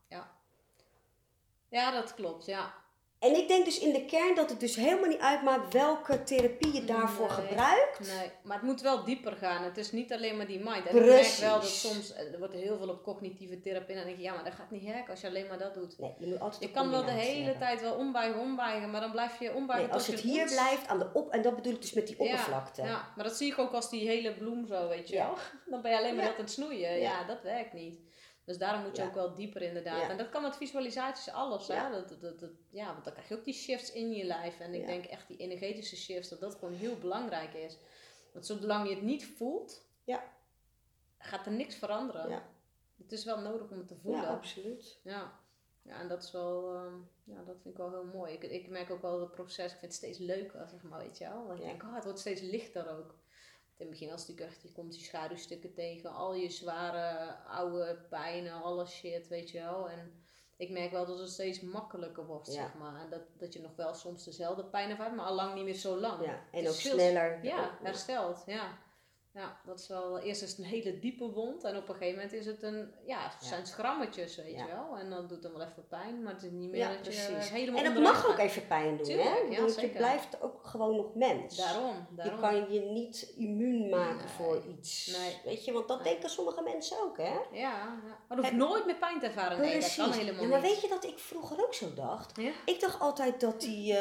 Ja, dat klopt, ja. En ik denk dus in de kern dat het dus helemaal niet uitmaakt welke therapie je daarvoor gebruikt. Nee, maar het moet wel dieper gaan. Het is niet alleen maar die mind. En ik merk wel dat soms, er wordt heel veel op cognitieve therapie. En dan denk je, ja, maar dat gaat niet werken als je alleen maar dat doet. Nee, je moet altijd je kan wel de hele tijd wel ombuigen, maar dan blijf je ombuigen. Nee, als het hier blijft, en dat bedoel ik dus met die oppervlakte. Ja, maar dat zie ik ook als die hele bloem zo, weet je wel. Dan ben je alleen maar altijd snoeien. Ja, dat werkt niet. Dus daarom moet je ook wel dieper inderdaad. Ja. En dat kan met visualisaties alles. Hè? Want dan krijg je ook die shifts in je lijf. En ik denk echt die energetische shifts, dat gewoon heel belangrijk is. Want zolang je het niet voelt, gaat er niks veranderen. Ja. Het is wel nodig om het te voelen. Ja, absoluut. Ja, en dat is wel, dat vind ik wel heel mooi. Ik merk ook wel het proces, ik vind het steeds leuker, zeg maar, weet je wel. Want ik denk, het wordt steeds lichter ook. In het begin als je komt die schaduwstukken tegen, al je zware oude pijnen, alles shit, weet je wel. En ik merk wel dat het steeds makkelijker wordt, zeg maar. En dat je nog wel soms dezelfde pijn ervaart, maar al lang niet meer zo lang. Ja, en ook sneller. Hersteld, Ja, dat is wel, eerst is het een hele diepe wond en op een gegeven moment is het zijn schrammetjes, weet je wel. En dat doet dan wel even pijn, maar het is niet meer dat je helemaal en dat mag ook even pijn doen, tuurlijk, hè? Want je blijft ook gewoon nog mens. Daarom. Je kan je niet immuun maken voor iets. Nee. Weet je, want dat denken sommige mensen ook, hè? Ja. Maar je hoeft nooit meer pijn te ervaren. Nee, dat kan helemaal niet. Maar weet je dat ik vroeger ook zo dacht? Ja? Ik dacht altijd dat die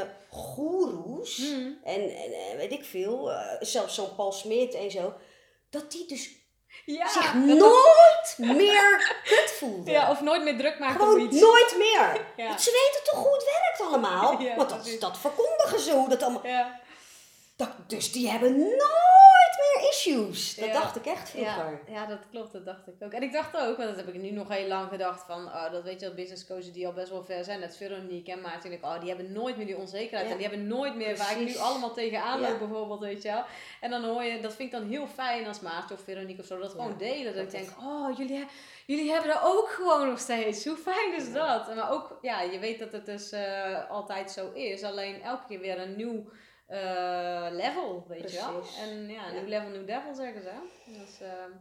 goeroes en weet ik veel, zelfs zo'n Paul Smit en zo, dat die dus zich nooit meer kut voelde. Ja, of nooit meer druk maken gewoon om iets. Nooit meer. Want ze weten toch hoe het werkt allemaal? Want dat verkondigen ze hoe dat allemaal... Ja. Dus die hebben nooit meer issues. Dat dacht ik echt vroeger. Ja, dat klopt. Dat dacht ik ook. En ik dacht ook, want dat heb ik nu nog heel lang gedacht van, dat weet je dat business coaches die al best wel ver zijn, net Veronique en Maarten, die hebben nooit meer die onzekerheid en die hebben nooit meer waar ik nu allemaal tegenaan loop bijvoorbeeld, weet je wel. En dan hoor je, dat vind ik dan heel fijn als Maarten of Veronique of zo, dat gewoon delen. Dat ik denk, jullie hebben dat ook gewoon nog steeds. Hoe fijn is dat? Maar ook, je weet dat het dus altijd zo is, alleen elke keer weer een nieuw level, weet je wel. En nieuw level, nieuw devil zeggen ze. Dus,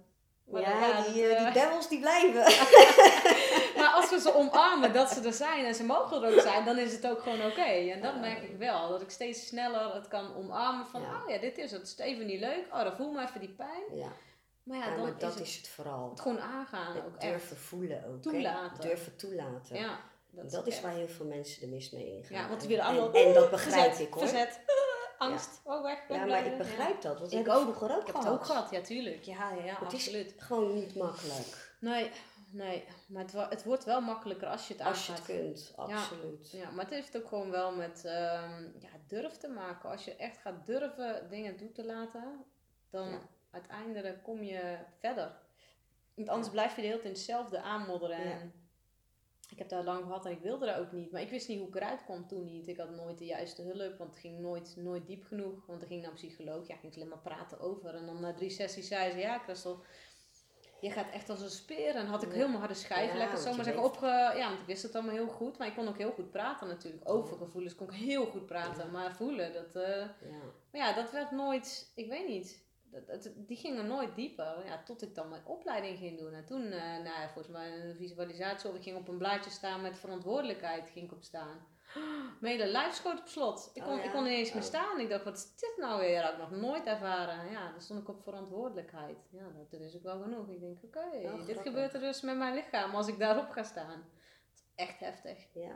die devils die blijven. Maar als we ze omarmen dat ze er zijn en ze mogen er ook zijn, dan is het ook gewoon oké. En dat merk ik wel. Dat ik steeds sneller het kan omarmen van, dit is het. Het is even niet leuk. Dan voel me even die pijn. Ja. Maar dan dat is het vooral. Het gewoon aangaan. Het ook durven echt. voelen ook. Toelaten. Durven toelaten. Ja. Dat is waar heel veel mensen de mis mee ingaan. Ja, want die willen allemaal... En dat begrijp ik, hoor. Verzet. Angst. Weg. Ja, maar ik begrijp dat. Want ik heb vroeger ook gehad. Ik heb het ook gehad, ja, tuurlijk. Ja, het absoluut. Het is gewoon niet makkelijk. Nee. Maar het wordt wel makkelijker als je het aangaat. Als je het kunt, absoluut. Ja, maar het heeft ook gewoon wel met durf te maken. Als je echt gaat durven dingen toe te laten, dan uiteindelijk kom je verder. Want anders blijf je de hele tijd hetzelfde aanmodderen. En ik heb daar lang gehad en ik wilde dat ook niet. Maar ik wist niet hoe ik eruit kwam toen niet. Ik had nooit de juiste hulp, want het ging nooit diep genoeg. Want ik ging naar een psycholoog. Ja, ik ging alleen maar praten over. En dan na 3 sessies zei ze, ja Christel, je gaat echt als een speer. En had ik helemaal harde schijven, laat ik het zo maar zeggen, want ik wist het allemaal heel goed. Maar ik kon ook heel goed praten natuurlijk. Over gevoelens kon ik heel goed praten. Ja. Maar voelen, maar dat werd nooit, ik weet niet. Die gingen nooit dieper, tot ik dan mijn opleiding ging doen. En toen, volgens mij een visualisatie, of ik ging op een blaadje staan met verantwoordelijkheid, ging ik op staan. Mijn hele lijf schoot op slot. Ik kon niet eens meer staan. Ik dacht, wat is dit nou weer? Dat had ik nog nooit ervaren. Ja, dan stond ik op verantwoordelijkheid. Ja, dat is ook wel genoeg. Ik denk, oké, dit gebeurt er dus met mijn lichaam als ik daarop ga staan. Dat is echt heftig.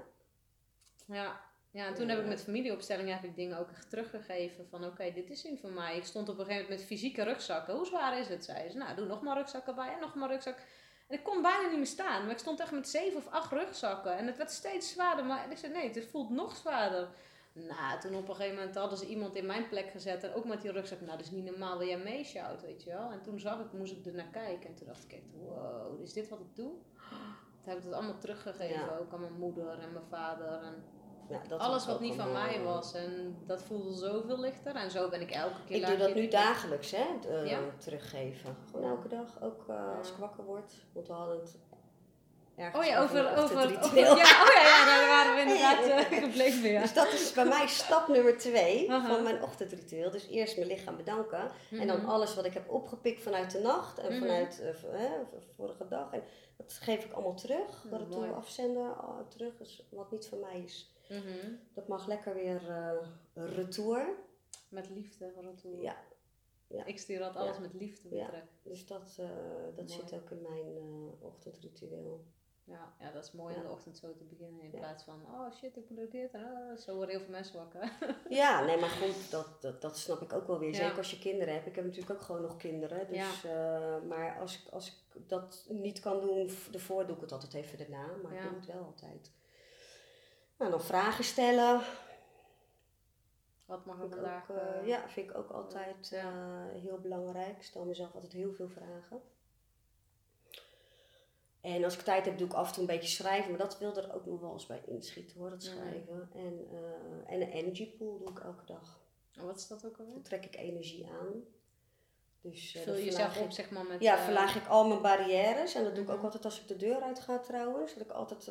Ja, en toen heb ik met familieopstellingen dingen ook echt teruggegeven van oké, dit is niet voor mij. Ik stond op een gegeven moment met fysieke rugzakken. Hoe zwaar is het? Zei ze. Nou, doe nog maar rugzakken bij en nog maar rugzak. En ik kon bijna niet meer staan. Maar ik stond echt met 7 of 8 rugzakken. En het werd steeds zwaarder. Maar ik zei nee, het voelt nog zwaarder. Nou, toen op een gegeven moment hadden ze iemand in mijn plek gezet. En ook met die rugzak. Nou, dat is niet normaal dat jij meesjouwt, weet je wel. En toen moest ik er naar kijken. En toen dacht ik echt, wow, is dit wat ik doe? Toen heb ik het allemaal teruggegeven. Ook aan mijn moeder en mijn vader. En alles wat niet van mij was. En dat voelde zoveel lichter. En zo ben ik elke keer Ik doe dat nu dagelijks, hè, teruggeven. Gewoon elke dag, ook als ik wakker word. Want we hadden het ergens over daar waren we inderdaad gebleven. Ja. Dus dat is bij mij stap nummer 2 van mijn ochtendritueel. Dus eerst mijn lichaam bedanken. En dan alles wat ik heb opgepikt vanuit de nacht en vanuit vorige dag. En dat geef ik allemaal terug. Retour afzenden, terug. Dus wat niet van mij is. Dat mag lekker weer retour. Met liefde retour. Ja. Ik stuur dat alles met liefde weer terug. Dus dat zit ook in mijn ochtendritueel. Ja, dat is mooi in de ochtend zo te beginnen. In plaats van, oh shit, ik moet ook dit. Zo worden heel veel mensen wakker. Ja, nee, maar goed, dat snap ik ook wel weer. Zeker als je kinderen hebt. Ik heb natuurlijk ook gewoon nog kinderen. Dus, maar als ik dat niet kan doen, ervoor doe ik het altijd even daarna. Maar ik doe het wel altijd. Nou, dan vragen stellen. Wat mag er vandaag? Vind ik ook altijd heel belangrijk. Ik stel mezelf altijd heel veel vragen. En als ik tijd heb, doe ik af en toe een beetje schrijven. Maar dat wil er ook nog wel eens bij inschieten hoor, dat schrijven. En een energy pool doe ik elke dag. En wat is dat ook alweer? Dan trek ik energie aan. Dus, vul je jezelf op, zeg maar, met... Ja, verlaag ik al mijn barrières. En dat doe ik ook altijd als ik de deur uit ga trouwens. Dat ik altijd...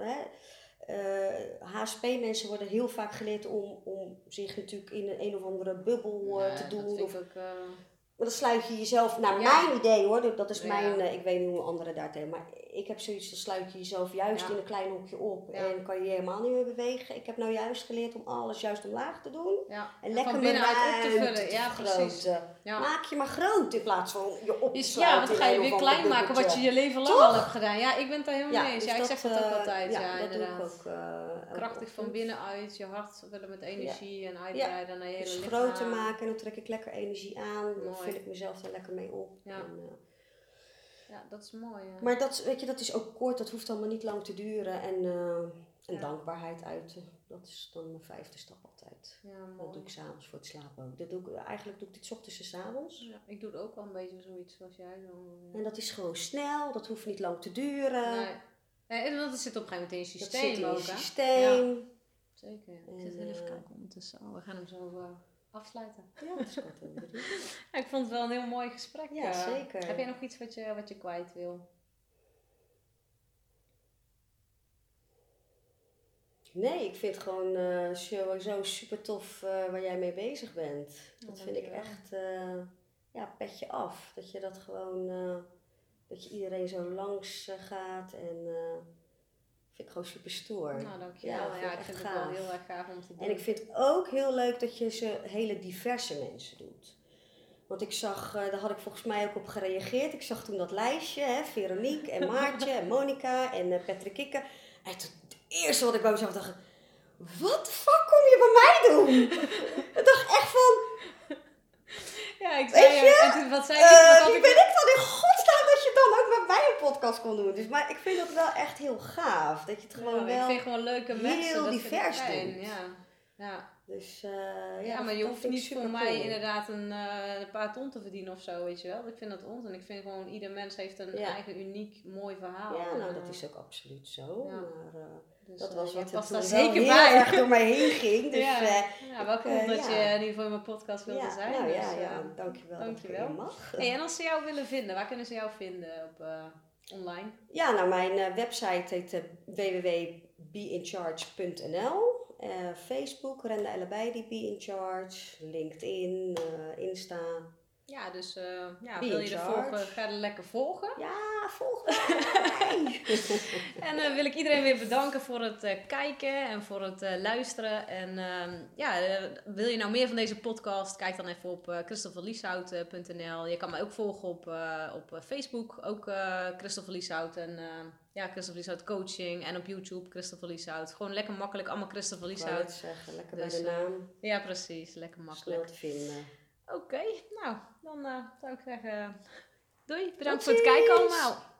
HSP-mensen worden heel vaak geleerd om zich natuurlijk in een of andere bubbel te doen. Dat vind ik ook... Maar dan sluit je jezelf, naar mijn idee hoor, dat is mijn, ik weet niet hoe anderen daar tegen, maar ik heb zoiets, dan sluit je jezelf juist in een klein hokje op en kan je helemaal niet meer bewegen. Ik heb nou juist geleerd om alles juist omlaag te doen en lekker van binnenuit op te vullen. Precies. Maak je maar groot in plaats van je op te sluiten. Ja, want dan ga je weer klein maken wat je je leven lang al hebt gedaan. Ja, ik ben het daar helemaal mee eens. Dus ik zeg dat ook altijd. Ja, dat inderdaad. doe ik ook. Krachtig van binnenuit, je hart vullen met energie en uitbreiden naar je hele lichaam. Dus groter maken en dan trek ik lekker energie aan. Dan vul ik mezelf er lekker mee op. Ja, dat is mooi. Ja. Maar dat is ook kort, dat hoeft allemaal niet lang te duren. En dankbaarheid uiten, dat is dan mijn 5e stap altijd. Ja, mooi. Dat doe ik s'avonds voor het slapen ook. Eigenlijk doe ik dit 's ochtends en 's avonds. Ja, ik doe het ook wel een beetje zoiets zoals jij. En dat is gewoon snel, dat hoeft niet lang te duren. Nee, want dat zit op een gegeven moment in je systeem. Dat zit in je ook, systeem. Ja. Zeker. Ik zit even kijken ondertussen. We gaan hem zo afsluiten. Ja, dat is kort over 3. Ik vond het wel een heel mooi gesprek. Ja, zeker. Heb jij nog iets wat je kwijt wil? Nee, ik vind het gewoon sowieso super tof waar jij mee bezig bent. Dat vind ik echt, petje af. Dat je dat gewoon, dat je iedereen zo langs gaat en... vind ik gewoon super stoer. Nou, dankjewel. Ja, ik vind het wel heel erg gaaf om te doen. En ik vind het ook heel leuk dat je ze hele diverse mensen doet. Want ik zag, daar had ik volgens mij ook op gereageerd. Ik zag toen dat lijstje, hè, Veronique en Maartje en Monica en Patrick Kikke. En het eerste wat ik bij mezelf dacht, wat de fuck kom je bij mij doen? Ik dacht echt van... Ja, ik zei wat zei wie ben ik dan in godsnaam dat je dan ook bij mij een podcast kon doen? Dus, maar ik vind dat wel echt heel gaaf. Dat je het gewoon wel ik vind gewoon leuke mensen. Heel divers doet. Ja. Dus, maar je hoeft niet voor mij inderdaad een paar ton te verdienen of zo, weet je wel. Ik vind dat onzin. Ik vind gewoon, ieder mens heeft een eigen uniek, mooi verhaal. Ja, nou dat is ook absoluut zo. Ja. Maar dus, dat was wat was toen daar zeker heel bij. erg door mij heen ging. Dus, welkom dat je in ieder geval in mijn podcast wilde zijn. Nou, dus, dankjewel. Dankjewel. Dat mag. Hey, en als ze jou willen vinden, waar kunnen ze jou vinden op online? Ja, nou mijn website heet www.beincharge.nl. Facebook, Renda Elabeidi, Be in Charge, LinkedIn, Insta. Ja, dus wil je er volgen, ga er lekker volgen. Ja, volg mij. En wil ik iedereen weer bedanken voor het kijken en voor het luisteren. En wil je nou meer van deze podcast, kijk dan even op christelvanlieshout.nl. Je kan mij ook volgen op Facebook, ook Christel van Lieshout en... Christel van Lieshout coaching en op YouTube Christel van Lieshout. Gewoon lekker makkelijk, allemaal Christel van Lieshout. Ik wou zeggen, lekker bij de naam. Ja, precies. Lekker makkelijk. Snel te vinden. Oké, nou, dan zou ik zeggen doei. Bedankt voor het kijken allemaal.